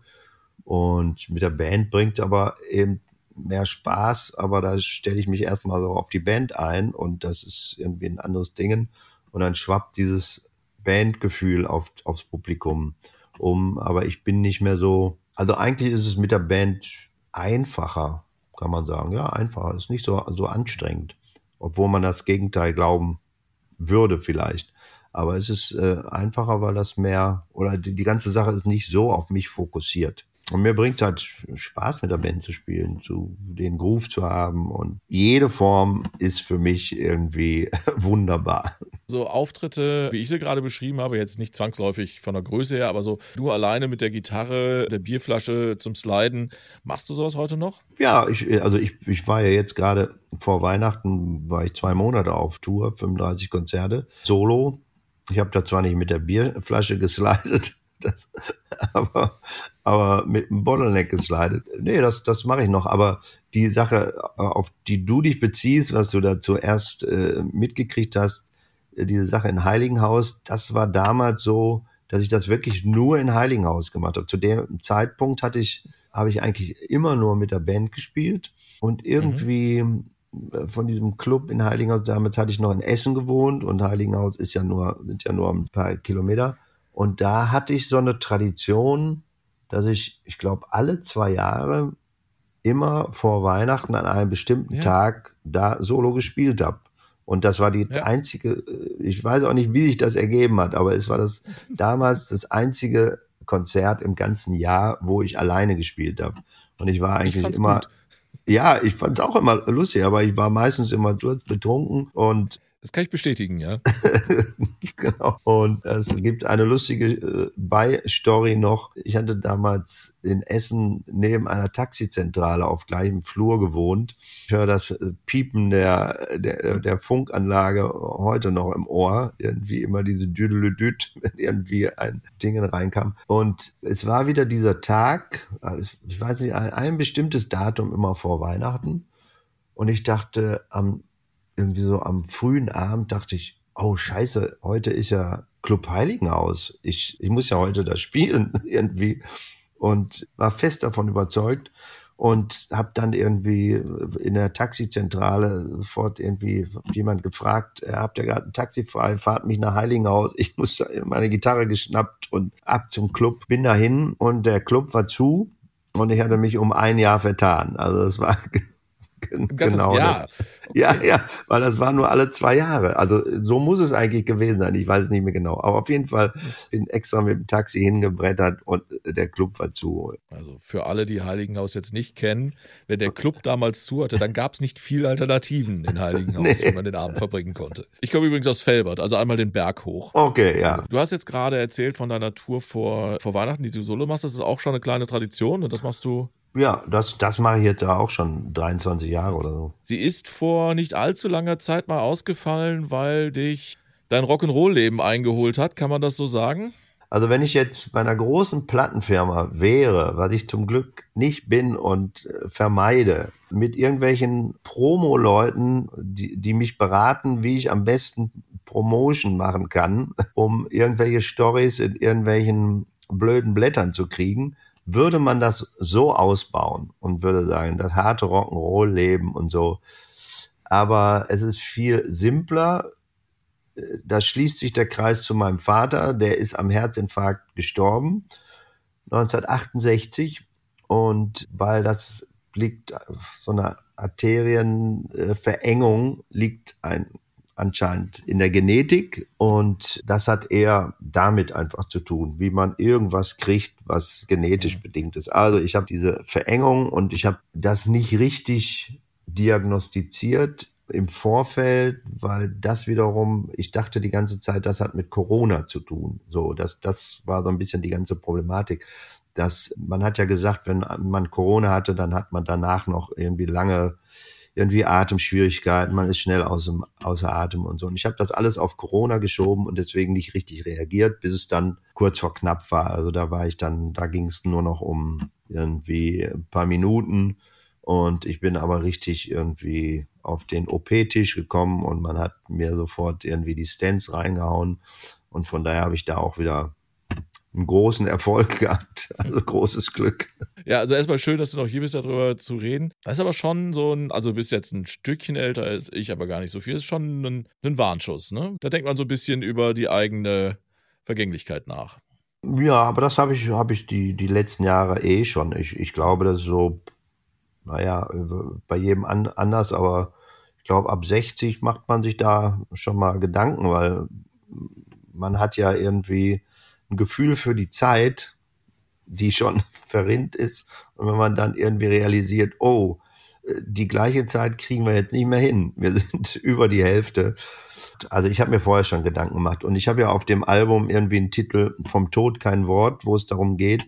Und mit der Band bringt es aber eben mehr Spaß, aber da stelle ich mich erstmal so auf die Band ein und das ist irgendwie ein anderes Ding. Und dann schwappt dieses Bandgefühl auf, aufs Publikum um, aber ich bin nicht mehr so, also eigentlich ist es mit der Band einfacher, kann man sagen, ja, einfacher, ist nicht so, so anstrengend, obwohl man das Gegenteil glauben würde vielleicht, aber es ist äh, einfacher, weil das mehr, oder die, die ganze Sache ist nicht so auf mich fokussiert. Und mir bringt es halt Spaß, mit der Band zu spielen, zu den Groove zu haben. Und jede Form ist für mich irgendwie wunderbar. So Auftritte, wie ich sie gerade beschrieben habe, jetzt nicht zwangsläufig von der Größe her, aber so nur alleine mit der Gitarre, der Bierflasche zum Sliden. Machst du sowas heute noch? Ja, ich, also ich, ich war ja jetzt gerade vor Weihnachten, war ich zwei Monate auf Tour, fünfunddreißig Konzerte, solo. Ich habe da zwar nicht mit der Bierflasche geslidet, das, aber, aber mit dem Bottleneck geslidet. Nee, das, das mache ich noch. Aber die Sache, auf die du dich beziehst, was du da zuerst äh, mitgekriegt hast, diese Sache in Heiligenhaus, das war damals so, dass ich das wirklich nur in Heiligenhaus gemacht habe. Zu dem Zeitpunkt hatte ich, habe ich eigentlich immer nur mit der Band gespielt und irgendwie mhm. von diesem Club in Heiligenhaus, damit hatte ich noch in Essen gewohnt und Heiligenhaus ist ja nur, sind ja nur ein paar Kilometer. Und da hatte ich so eine Tradition, dass ich, ich glaube, alle zwei Jahre immer vor Weihnachten an einem bestimmten ja. Tag da Solo gespielt habe. Und das war die ja. einzige, ich weiß auch nicht, wie sich das ergeben hat, aber es war das damals das einzige Konzert im ganzen Jahr, wo ich alleine gespielt habe. Und ich war eigentlich ich immer, gut. ja, ich fand es auch immer lustig, aber ich war meistens immer betrunken und das kann ich bestätigen, ja. Genau. Und es gibt eine lustige äh, Bei-Story noch. Ich hatte damals in Essen neben einer Taxizentrale auf gleichem Flur gewohnt. Ich höre das äh, Piepen der, der, der Funkanlage heute noch im Ohr. Irgendwie immer diese Düdelüdüt, wenn irgendwie ein Ding reinkam. Und es war wieder dieser Tag, ich weiß nicht, ein, ein bestimmtes Datum immer vor Weihnachten. Und ich dachte, am irgendwie so am frühen Abend dachte ich, oh Scheiße, heute ist ja Club Heiligenhaus. Ich, ich muss ja heute da spielen irgendwie. Und war fest davon überzeugt und habe dann irgendwie in der Taxizentrale sofort irgendwie jemand gefragt, habt ihr gerade ein Taxi frei, fahrt mich nach Heiligenhaus. Ich muss meine Gitarre geschnappt und ab zum Club. Bin dahin und der Club war zu und ich hatte mich um ein Jahr vertan. Also das war... Ein ganzes genau Jahr. Das. Okay. Ja, ja, weil das war nur alle zwei Jahre. Also so muss es eigentlich gewesen sein. Ich weiß es nicht mehr genau. Aber auf jeden Fall bin extra mit dem Taxi hingebrettert und der Club war zu. Also für alle, die Heiligenhaus jetzt nicht kennen, wenn der Club damals zu hatte, dann gab es nicht viel Alternativen in Heiligenhaus, nee. Wie man den Abend verbringen konnte. Ich komme übrigens aus Velbert, also einmal den Berg hoch. Okay, ja. Du hast jetzt gerade erzählt von deiner Tour vor, vor Weihnachten, die du solo machst. Das ist auch schon eine kleine Tradition und das machst du... Ja, das, das mache ich jetzt auch schon dreiundzwanzig Jahre oder so. Sie ist vor nicht allzu langer Zeit mal ausgefallen, weil dich dein Rock'n'Roll-Leben eingeholt hat. Kann man das so sagen? Also wenn ich jetzt bei einer großen Plattenfirma wäre, was ich zum Glück nicht bin und äh, vermeide, mit irgendwelchen Promo-Leuten, die, die mich beraten, wie ich am besten Promotion machen kann, um irgendwelche Storys in irgendwelchen blöden Blättern zu kriegen, würde man das so ausbauen und würde sagen, das harte Rock'n'Roll-Leben und so. Aber es ist viel simpler. Da schließt sich der Kreis zu meinem Vater. Der ist am Herzinfarkt gestorben, neunzehnhundertachtundsechzig. Und weil das liegt, so eine Arterienverengung liegt ein anscheinend in der Genetik und das hat eher damit einfach zu tun, wie man irgendwas kriegt, was genetisch bedingt ist. Also ich habe diese Verengung und ich habe das nicht richtig diagnostiziert im Vorfeld, weil das wiederum, ich dachte die ganze Zeit, das hat mit Corona zu tun. So, das, das war so ein bisschen die ganze Problematik. Dass man hat ja gesagt, wenn man Corona hatte, dann hat man danach noch irgendwie lange irgendwie Atemschwierigkeiten, man ist schnell aus dem, außer Atem und so. Und ich habe das alles auf Corona geschoben und deswegen nicht richtig reagiert, bis es dann kurz vor knapp war. Also da war ich dann, da ging es nur noch um irgendwie ein paar Minuten und ich bin aber richtig irgendwie auf den O P-Tisch gekommen und man hat mir sofort irgendwie die Stents reingehauen und von daher habe ich da auch wieder einen großen Erfolg gehabt, also großes Glück. Ja, also erstmal schön, dass du noch hier bist, darüber zu reden. Das ist aber schon so ein, also du bist jetzt ein Stückchen älter als ich, aber gar nicht so viel, das ist schon ein, ein Warnschuss, ne? Da denkt man so ein bisschen über die eigene Vergänglichkeit nach. Ja, aber das habe ich, habe ich die, die letzten Jahre eh schon. Ich, ich glaube, das ist so, naja, bei jedem an, anders, aber ich glaube, ab sechzig macht man sich da schon mal Gedanken, weil man hat ja irgendwie ein Gefühl für die Zeit, die schon verrinnt ist. Und wenn man dann irgendwie realisiert, oh, die gleiche Zeit kriegen wir jetzt nicht mehr hin. Wir sind über die Hälfte. Also ich habe mir vorher schon Gedanken gemacht. Und ich habe ja auf dem Album irgendwie einen Titel, Vom Tod kein Wort, wo es darum geht.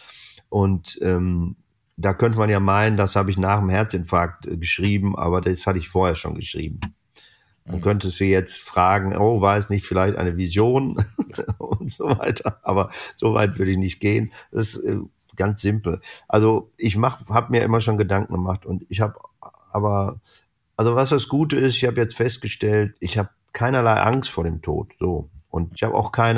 Und ähm, da könnte man ja meinen, das habe ich nach dem Herzinfarkt äh, geschrieben, aber das hatte ich vorher schon geschrieben. Man könnte sie jetzt fragen, oh, war es nicht vielleicht eine Vision und so weiter. Aber so weit würde ich nicht gehen. Das ist äh, ganz simpel. Also ich mach, habe mir immer schon Gedanken gemacht und ich habe aber, also was das Gute ist, ich habe jetzt festgestellt, ich habe keinerlei Angst vor dem Tod. So. Und ich habe auch keine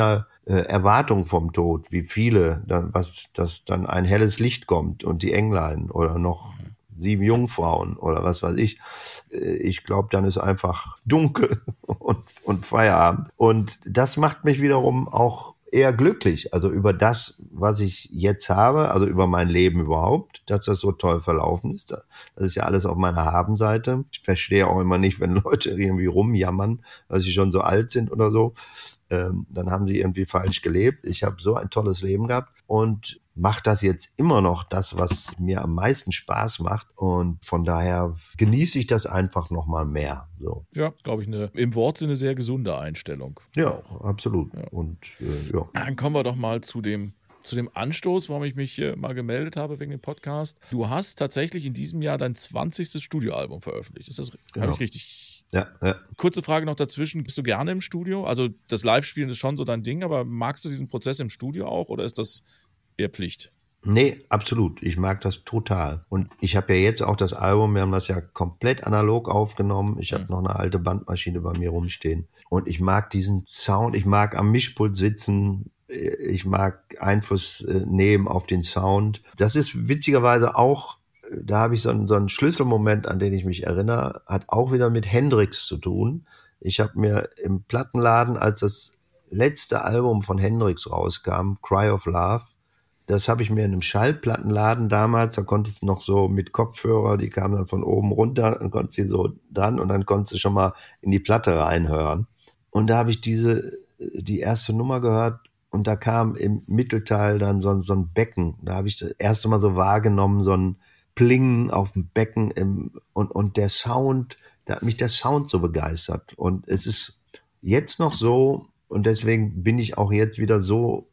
äh, Erwartung vom Tod, wie viele, da, was, dass dann ein helles Licht kommt und die Englein oder noch sieben Jungfrauen oder was weiß ich. Ich glaube, dann ist einfach dunkel und, und Feierabend. Und das macht mich wiederum auch eher glücklich. Also über das, was ich jetzt habe, also über mein Leben überhaupt, dass das so toll verlaufen ist. Das ist ja alles auf meiner Habenseite. Ich verstehe auch immer nicht, wenn Leute irgendwie rumjammern, weil sie schon so alt sind oder so. Ähm, dann haben sie irgendwie falsch gelebt. Ich habe so ein tolles Leben gehabt und mache das jetzt immer noch, das, was mir am meisten Spaß macht. Und von daher genieße ich das einfach noch mal mehr. So. Ja, glaube ich, eine, im Wortsinne sehr gesunde Einstellung. Ja, absolut. Ja. Und äh, ja. Dann kommen wir doch mal zu dem zu dem Anstoß, warum ich mich hier mal gemeldet habe wegen dem Podcast. Du hast tatsächlich in diesem Jahr dein zwanzigstes Studioalbum veröffentlicht. Ist das Genau. habe ich richtig? Ja, ja. Kurze Frage noch dazwischen. Bist du gerne im Studio? Also das Live-Spielen ist schon so dein Ding, aber magst du diesen Prozess im Studio auch oder ist das eher Pflicht? Nee, absolut. Ich mag das total. Und ich habe ja jetzt auch das Album, wir haben das ja komplett analog aufgenommen. Ich habe Mhm. noch eine alte Bandmaschine bei mir rumstehen. Und ich mag diesen Sound, ich mag am Mischpult sitzen, ich mag Einfluss nehmen auf den Sound. Das ist witzigerweise auch, da habe ich so einen, so einen Schlüsselmoment, an den ich mich erinnere, hat auch wieder mit Hendrix zu tun. Ich habe mir im Plattenladen, als das letzte Album von Hendrix rauskam, Cry of Love, das habe ich mir in einem Schallplattenladen damals, da konntest du noch so mit Kopfhörer, die kamen dann von oben runter, dann konntest du so dran und dann konntest du schon mal in die Platte reinhören. Und da habe ich diese, die erste Nummer gehört und da kam im Mittelteil dann so, so ein Becken. Da habe ich das erste Mal so wahrgenommen, so ein Plingen auf dem Becken im, und, und der Sound, da hat mich der Sound so begeistert. Und es ist jetzt noch so, und deswegen bin ich auch jetzt wieder so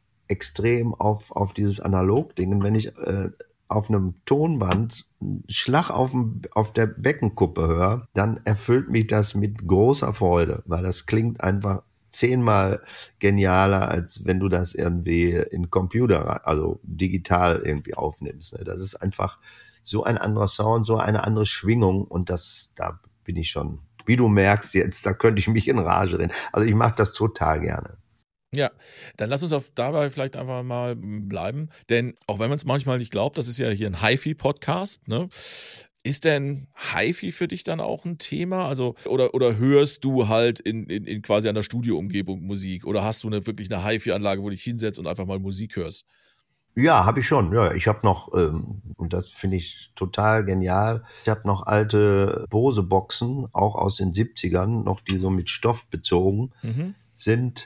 extrem auf, auf dieses Analog-Ding. Und wenn ich äh, auf einem Tonband einen Schlag auf, dem, auf der Beckenkuppe höre, dann erfüllt mich das mit großer Freude, weil das klingt einfach zehnmal genialer, als wenn du das irgendwie in Computer, also digital irgendwie aufnimmst. Das ist einfach so ein anderer Sound, so eine andere Schwingung und das, da bin ich schon, wie du merkst jetzt, da könnte ich mich in Rage reden. Also ich mache das total gerne. Ja, dann lass uns auf dabei vielleicht einfach mal bleiben, denn auch wenn man es manchmal nicht glaubt, das ist ja hier ein Hi-Fi-Podcast, ne? Ist denn Hi-Fi für dich dann auch ein Thema? Also, oder, oder hörst du halt in, in, in quasi einer Studioumgebung Musik? Oder hast du eine, wirklich eine Hi-Fi-Anlage, wo du dich hinsetzt und einfach mal Musik hörst? Ja, habe ich schon. Ja, ich habe noch, ähm, und das finde ich total genial, ich habe noch alte Bose-Boxen, auch aus den siebzigern, noch die so mit Stoff bezogen Mhm. sind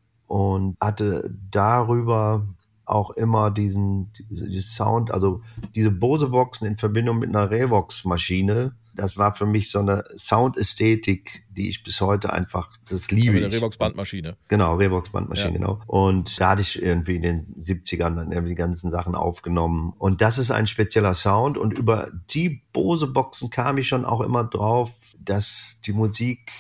und hatte darüber auch immer diesen, diesen Sound, also diese Bose-Boxen in Verbindung mit einer Revox-Maschine, das war für mich so eine Soundästhetik, die ich bis heute einfach, das liebe Eine ich. Revox-Bandmaschine. Genau, Revox-Bandmaschine, Ja. genau. Und da hatte ich irgendwie in den siebzigern dann irgendwie die ganzen Sachen aufgenommen. Und das ist ein spezieller Sound. Und über die Bose-Boxen kam ich schon auch immer drauf, dass die Musik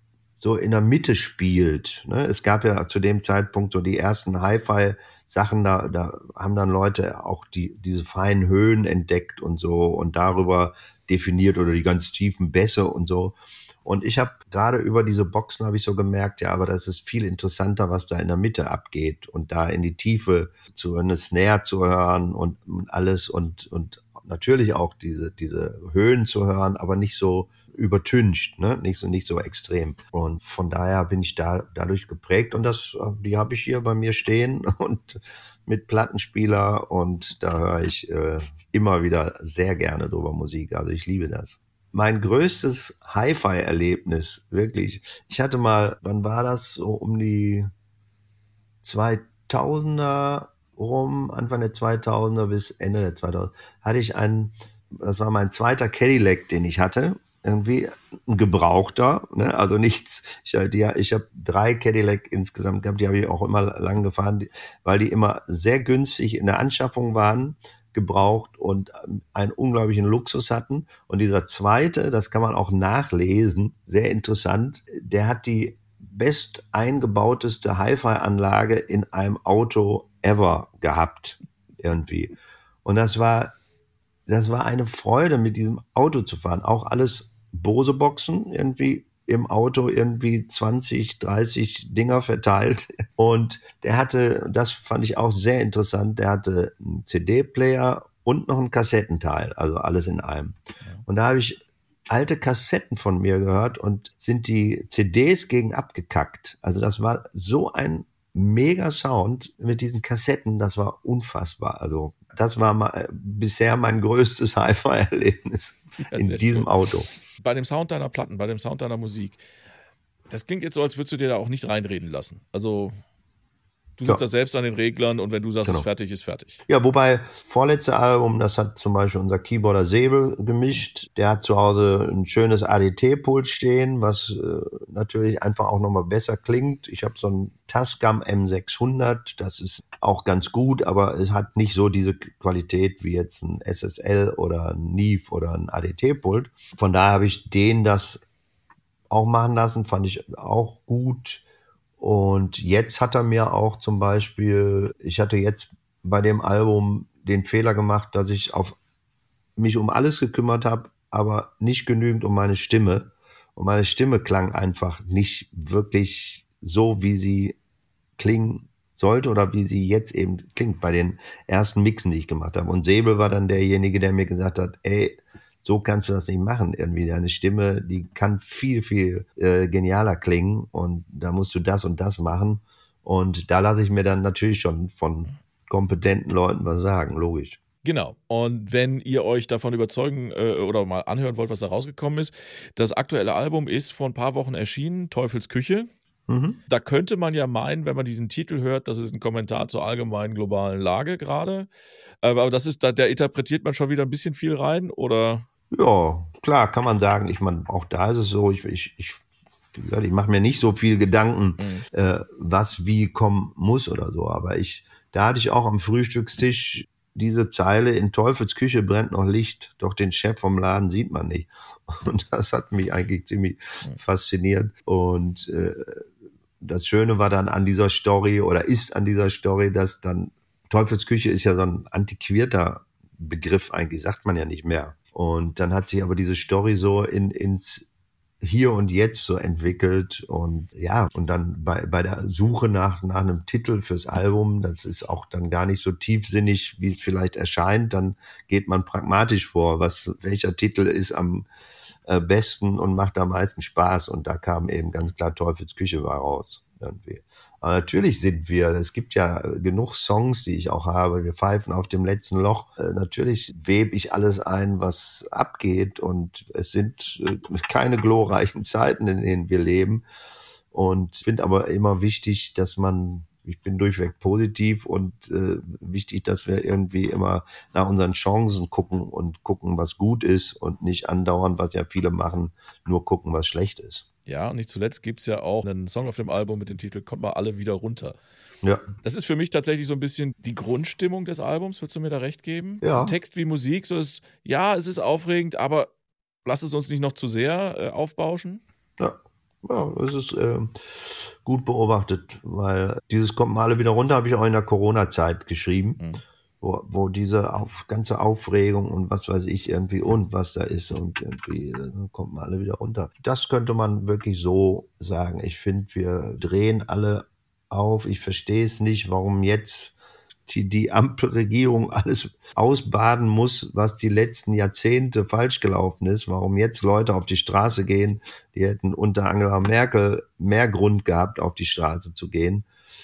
so in der Mitte spielt. Ne? Es gab ja zu dem Zeitpunkt so die ersten Hi-Fi-Sachen, da, da haben dann Leute auch die, diese feinen Höhen entdeckt und so und darüber definiert oder die ganz tiefen Bässe und so. Und ich habe gerade über diese Boxen habe ich so gemerkt, ja, aber das ist viel interessanter, was da in der Mitte abgeht und da in die Tiefe zu hören, eine Snare zu hören und, und alles und, und natürlich auch diese, diese Höhen zu hören, aber nicht so übertüncht, ne? Nicht so, nicht so extrem. Und von daher bin ich da dadurch geprägt und das, die habe ich hier bei mir stehen und mit Plattenspieler und da höre ich äh, immer wieder sehr gerne drüber Musik. Also ich liebe das. Mein größtes Hi-Fi-Erlebnis, wirklich. Ich hatte mal, wann war das? So um die zweitausender rum, Anfang der zweitausender bis Ende der zweitausender, hatte ich einen, das war mein zweiter Cadillac, den ich hatte. Irgendwie ein Gebrauchter, ne? Also nichts. Ich, die, ich habe drei Cadillac insgesamt gehabt, die habe ich auch immer lang gefahren, weil die immer sehr günstig in der Anschaffung waren, gebraucht und einen unglaublichen Luxus hatten. Und dieser zweite, das kann man auch nachlesen, sehr interessant, der hat die best eingebauteste Hi-Fi-Anlage in einem Auto ever gehabt, irgendwie. Und das war, das war eine Freude, mit diesem Auto zu fahren. Auch alles Bose-Boxen irgendwie im Auto irgendwie zwanzig, dreißig Dinger verteilt. Und der hatte, das fand ich auch sehr interessant, der hatte einen C D-Player und noch einen Kassettenteil, also alles in einem. Und da habe ich alte Kassetten von mir gehört und sind die C Ds gegen abgekackt. Also das war so ein mega Sound mit diesen Kassetten, das war unfassbar. Also das war mal, bisher mein größtes Hi-Fi-Erlebnis Ja, in diesem schön. Auto. Bei dem Sound deiner Platten, bei dem Sound deiner Musik, das klingt jetzt so, als würdest du dir da auch nicht reinreden lassen. Also du sitzt Ja. da selbst an den Reglern und wenn du sagst, Genau. es ist fertig, ist fertig. Ja, wobei, vorletzte Album, das hat zum Beispiel unser Keyboarder Säbel gemischt. Der hat zu Hause ein schönes A D T-Pult stehen, was äh, natürlich einfach auch nochmal besser klingt. Ich habe so ein Tascam M sechshundert, das ist auch ganz gut, aber es hat nicht so diese Qualität wie jetzt ein S S L oder ein Neve oder ein A D T-Pult. Von daher habe ich den das auch machen lassen, fand ich auch gut. Und jetzt hat er mir auch zum Beispiel, ich hatte jetzt bei dem Album den Fehler gemacht, dass ich auf mich um alles gekümmert habe, aber nicht genügend um meine Stimme. Und meine Stimme klang einfach nicht wirklich so, wie sie klingen sollte oder wie sie jetzt eben klingt bei den ersten Mixen, die ich gemacht habe. Und Säbel war dann derjenige, der mir gesagt hat, ey, so kannst du das nicht machen. Irgendwie deine Stimme, die kann viel, viel äh, genialer klingen und da musst du das und das machen. Und da lasse ich mir dann natürlich schon von kompetenten Leuten was sagen, logisch. Genau. Und wenn ihr euch davon überzeugen äh, oder mal anhören wollt, was da rausgekommen ist, das aktuelle Album ist vor ein paar Wochen erschienen, Teufels Küche. Mhm. Da könnte man ja meinen, wenn man diesen Titel hört, das ist ein Kommentar zur allgemeinen globalen Lage gerade. Aber das ist, da, da interpretiert man schon wieder ein bisschen viel rein, oder? Ja, klar, kann man sagen. Ich meine, auch da ist es so, ich, ich, ich, ich mache mir nicht so viel Gedanken, Mhm. äh, was wie kommen muss oder so. Aber ich, da hatte ich auch am Frühstückstisch diese Zeile, in Teufels Küche brennt noch Licht, doch den Chef vom Laden sieht man nicht. Und das hat mich eigentlich ziemlich Mhm. fasziniert. Und äh, das Schöne war dann an dieser Story oder ist an dieser Story, dass dann Teufels Küche ist ja so ein antiquierter Begriff eigentlich, sagt man ja nicht mehr. Und dann hat sich aber diese Story so in, ins Hier und Jetzt so entwickelt und ja, und dann bei, bei der Suche nach, nach einem Titel fürs Album, das ist auch dann gar nicht so tiefsinnig, wie es vielleicht erscheint, dann geht man pragmatisch vor, was, welcher Titel ist am äh, besten und macht am meisten Spaß und da kam eben ganz klar Teufels Küche war raus. Irgendwie. Aber natürlich sind wir, es gibt ja genug Songs, die ich auch habe, wir pfeifen auf dem letzten Loch. Äh, natürlich webe ich alles ein, was abgeht und es sind äh, keine glorreichen Zeiten, in denen wir leben. Und ich finde aber immer wichtig, dass man, ich bin durchweg positiv und äh, wichtig, dass wir irgendwie immer nach unseren Chancen gucken und gucken, was gut ist und nicht andauernd, was ja viele machen, nur gucken, was schlecht ist. Ja, und nicht zuletzt gibt es ja auch einen Song auf dem Album mit dem Titel Kommt mal alle wieder runter. Ja. Das ist für mich tatsächlich so ein bisschen die Grundstimmung des Albums, würdest du mir da recht geben? Ja. Also Text wie Musik, so ist, ja, es ist aufregend, aber lass es uns nicht noch zu sehr äh, aufbauschen. Ja. Ja, das ist äh, gut beobachtet, weil dieses Kommt mal alle wieder runter habe ich auch in der Corona-Zeit geschrieben, Mhm. wo, wo diese auf, ganze Aufregung und was weiß ich irgendwie und was da ist und irgendwie äh, kommt mal alle wieder runter. Das könnte man wirklich so sagen. Ich finde, wir drehen alle auf. Ich verstehe es nicht, warum jetzt die, die Ampelregierung alles ausbaden muss, was die letzten Jahrzehnte falsch gelaufen ist, warum jetzt Leute auf die Straße gehen, die hätten unter Angela Merkel mehr Grund gehabt, auf die Straße zu gehen.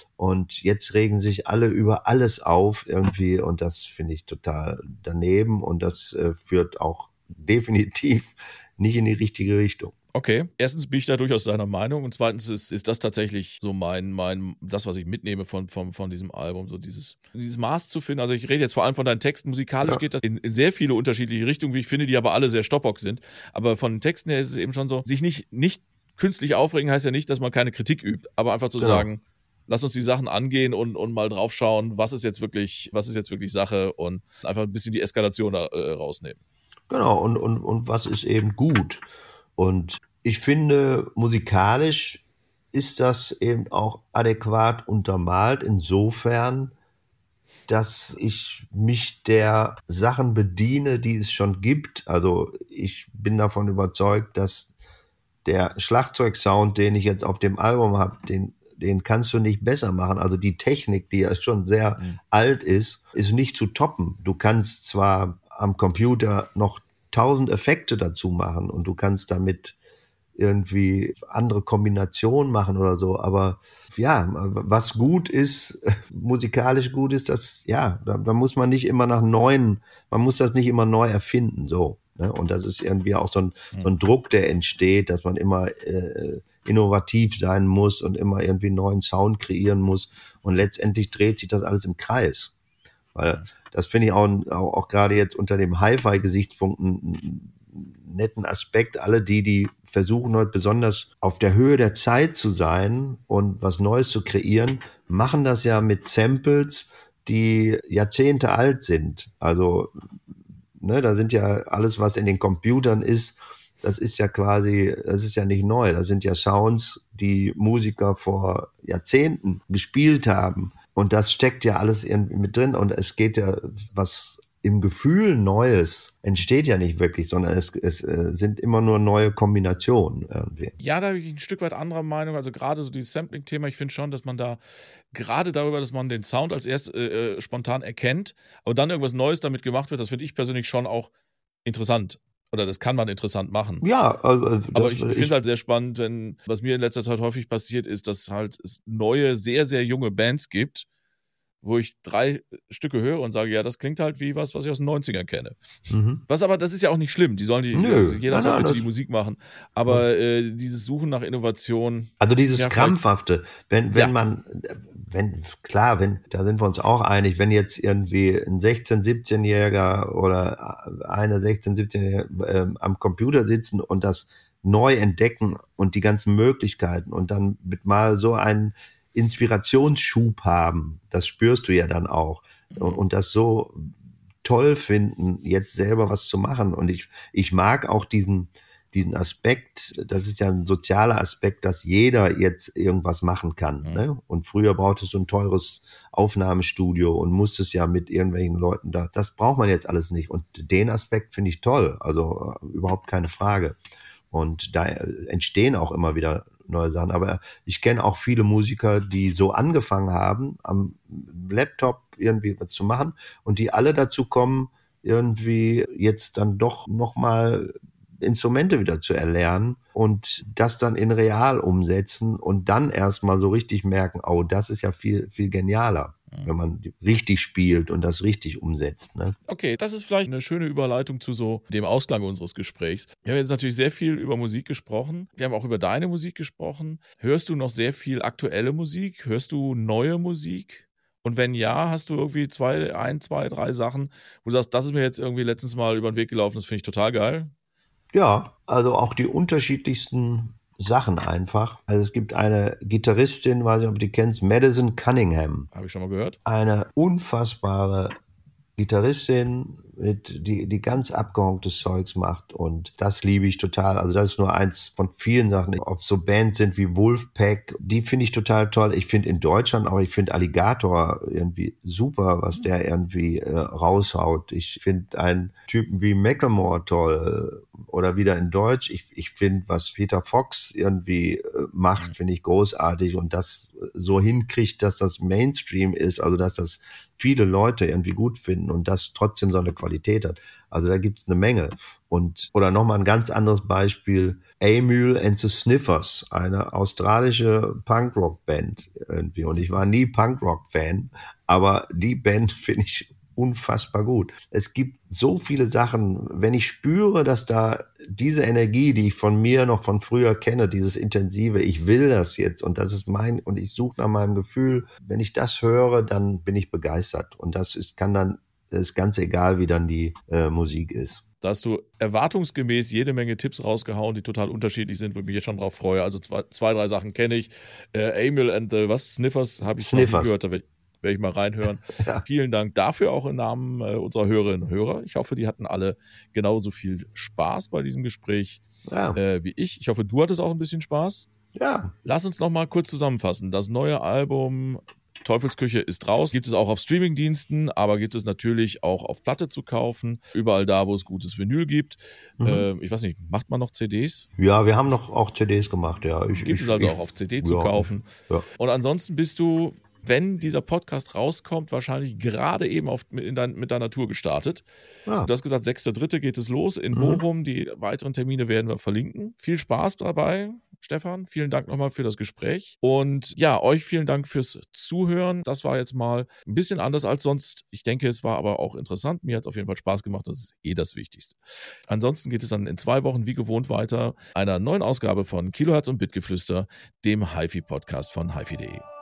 Und jetzt regen sich alle über alles auf irgendwie und das finde ich total daneben und das äh, führt auch definitiv nicht in die richtige Richtung. Okay, erstens bin ich da durchaus deiner Meinung und zweitens ist, ist das tatsächlich so mein, mein, das, was ich mitnehme von, von, von diesem Album, so dieses, dieses Maß zu finden. Also ich rede jetzt vor allem von deinen Texten. Musikalisch Ja. geht das in, in sehr viele unterschiedliche Richtungen, wie ich finde, die aber alle sehr Stoppock sind. Aber von den Texten her ist es eben schon so, sich nicht, nicht künstlich aufregen heißt ja nicht, dass man keine Kritik übt, aber einfach zu Genau. sagen, lass uns die Sachen angehen und, und mal drauf schauen, was ist jetzt wirklich, was ist jetzt wirklich Sache und einfach ein bisschen die Eskalation da, äh, rausnehmen. Genau, und, und, und was ist eben gut. Und ich finde, musikalisch ist das eben auch adäquat untermalt, insofern, dass ich mich der Sachen bediene, die es schon gibt. Also ich bin davon überzeugt, dass der Schlagzeugsound, den ich jetzt auf dem Album habe, den, den kannst du nicht besser machen. Also die Technik, die ja schon sehr mhm. alt ist, ist nicht zu toppen. Du kannst zwar am Computer noch tausend Effekte dazu machen und du kannst damit irgendwie andere Kombinationen machen oder so, aber ja, was gut ist, musikalisch gut ist, das, ja, da, da muss man nicht immer nach neuen, man muss das nicht immer neu erfinden, so, ne? Und das ist irgendwie auch so ein, so ein Druck, der entsteht, dass man immer äh, innovativ sein muss und immer irgendwie einen neuen Sound kreieren muss und letztendlich dreht sich das alles im Kreis, weil das finde ich auch, auch, auch gerade jetzt unter dem Hi-Fi-Gesichtspunkt ein netten Aspekt. Alle die, die versuchen heute besonders auf der Höhe der Zeit zu sein und was Neues zu kreieren, machen das ja mit Samples, die Jahrzehnte alt sind. Also, ne, da sind ja alles, was in den Computern ist, das ist ja quasi, das ist ja nicht neu. Das sind ja Sounds, die Musiker vor Jahrzehnten gespielt haben. Und das steckt ja alles irgendwie mit drin. Und es geht ja, was im Gefühl Neues entsteht ja nicht wirklich, sondern es, es äh, sind immer nur neue Kombinationen irgendwie. Ja, da bin ich ein Stück weit anderer Meinung. Also gerade so dieses Sampling-Thema, ich finde schon, dass man da gerade darüber, dass man den Sound als erst äh, spontan erkennt, aber dann irgendwas Neues damit gemacht wird, das finde ich persönlich schon auch interessant. Oder das kann man interessant machen. Ja, also das, aber ich, ich finde es halt sehr spannend, denn was mir in letzter Zeit häufig passiert ist, dass halt es neue, sehr, sehr junge Bands gibt, wo ich drei Stücke höre und sage, ja, das klingt halt wie was, was ich aus den neunzigern kenne. Mhm. Was aber, das ist ja auch nicht schlimm. Die sollen die, Nö, jeder nein, soll nein, bitte die Musik machen. Aber äh, dieses Suchen nach Innovation. Also dieses ja, Krampfhafte, wenn, wenn ja. man, wenn, klar, wenn, da sind wir uns auch einig, wenn jetzt irgendwie ein sechzehn-, siebzehnjähriger oder eine sechzehn-, siebzehnjährige äh, am Computer sitzen und das neu entdecken und die ganzen Möglichkeiten und dann mit mal so einen Inspirationsschub haben, das spürst du ja dann auch. Und, und das so toll finden, jetzt selber was zu machen. Und ich, ich mag auch diesen, diesen Aspekt, das ist ja ein sozialer Aspekt, dass jeder jetzt irgendwas machen kann. Mhm. Ne? Und früher brauchtest du ein teures Aufnahmestudio und musstest ja mit irgendwelchen Leuten da. Das braucht man jetzt alles nicht. Und den Aspekt finde ich toll. Also äh, überhaupt keine Frage. Und da entstehen auch immer wieder neue Sachen. Aber ich kenne auch viele Musiker, die so angefangen haben, am Laptop irgendwie was zu machen und die alle dazu kommen, irgendwie jetzt dann doch nochmal Instrumente wieder zu erlernen und das dann in real umsetzen und dann erstmal so richtig merken, oh, das ist ja viel, viel genialer, wenn man richtig spielt und das richtig umsetzt. Ne? Okay, das ist vielleicht eine schöne Überleitung zu so dem Ausklang unseres Gesprächs. Wir haben jetzt natürlich sehr viel über Musik gesprochen. Wir haben auch über deine Musik gesprochen. Hörst du noch sehr viel aktuelle Musik? Hörst du neue Musik? Und wenn ja, hast du irgendwie zwei, ein, zwei, drei Sachen, wo du sagst, das ist mir jetzt irgendwie letztens mal über den Weg gelaufen, das finde ich total geil? Ja, also auch die unterschiedlichsten Sachen einfach. Also es gibt eine Gitarristin, weiß nicht, ob du die kennst, Madison Cunningham. Habe ich schon mal gehört. Eine unfassbare Gitarristin, mit, die, die ganz abgehonktes Zeugs macht und das liebe ich total. Also das ist nur eins von vielen Sachen. Ob so Bands sind wie Wolfpack, die finde ich total toll. Ich finde in Deutschland auch, ich finde Alligator irgendwie super, was der irgendwie äh, raushaut. Ich finde einen Typen wie Macklemore toll oder wieder in Deutsch. Ich, ich finde, was Peter Fox irgendwie äh, macht, finde ich großartig und das so hinkriegt, dass das Mainstream ist, also dass das viele Leute irgendwie gut finden und das trotzdem so eine Qualität hat. Also da gibt's eine Menge. Und oder nochmal ein ganz anderes Beispiel, Amyl and the Sniffers, eine australische Punkrock-Band irgendwie. Und ich war nie Punkrock-Fan, aber die Band finde ich unfassbar gut. Es gibt so viele Sachen, wenn ich spüre, dass da diese Energie, die ich von mir noch von früher kenne, dieses Intensive, ich will das jetzt und das ist mein, und ich suche nach meinem Gefühl, wenn ich das höre, dann bin ich begeistert und das ist, kann dann, das ist ganz egal, wie dann die äh, Musik ist. Da hast du erwartungsgemäß jede Menge Tipps rausgehauen, die total unterschiedlich sind, wo ich mich jetzt schon drauf freue. Also zwei, zwei drei Sachen kenne ich. Äh, Amyl and the, was, Sniffers, habe ich Sniffers. noch nie gehört, da werde ich, werd ich mal reinhören. Ja. Vielen Dank dafür auch im Namen äh, unserer Hörerinnen und Hörer. Ich hoffe, die hatten alle genauso viel Spaß bei diesem Gespräch ja. äh, wie ich. Ich hoffe, du hattest auch ein bisschen Spaß. Ja. Lass uns noch mal kurz zusammenfassen. Das neue Album Teufelsküche ist raus. Gibt es auch auf Streamingdiensten, aber gibt es natürlich auch auf Platte zu kaufen. Überall da, wo es gutes Vinyl gibt. Mhm. Äh, ich weiß nicht, macht man noch C Ds? Ja, wir haben noch auch C Ds gemacht, ja. Ich, gibt ich, es also ich, auch auf C D ja, zu kaufen. Ja. Und ansonsten bist du, wenn dieser Podcast rauskommt, wahrscheinlich gerade eben auf, in dein, mit deiner Tour gestartet. Ah. Du hast gesagt, sechster dritter geht es los in mhm. Bochum. Die weiteren Termine werden wir verlinken. Viel Spaß dabei, Stefan. Vielen Dank nochmal für das Gespräch. Und ja, euch vielen Dank fürs Zuhören. Das war jetzt mal ein bisschen anders als sonst. Ich denke, es war aber auch interessant. Mir hat es auf jeden Fall Spaß gemacht. Das ist eh das Wichtigste. Ansonsten geht es dann in zwei Wochen wie gewohnt weiter einer neuen Ausgabe von Kilohertz und Bitgeflüster, dem HiFi-Podcast von HiFi punkt de.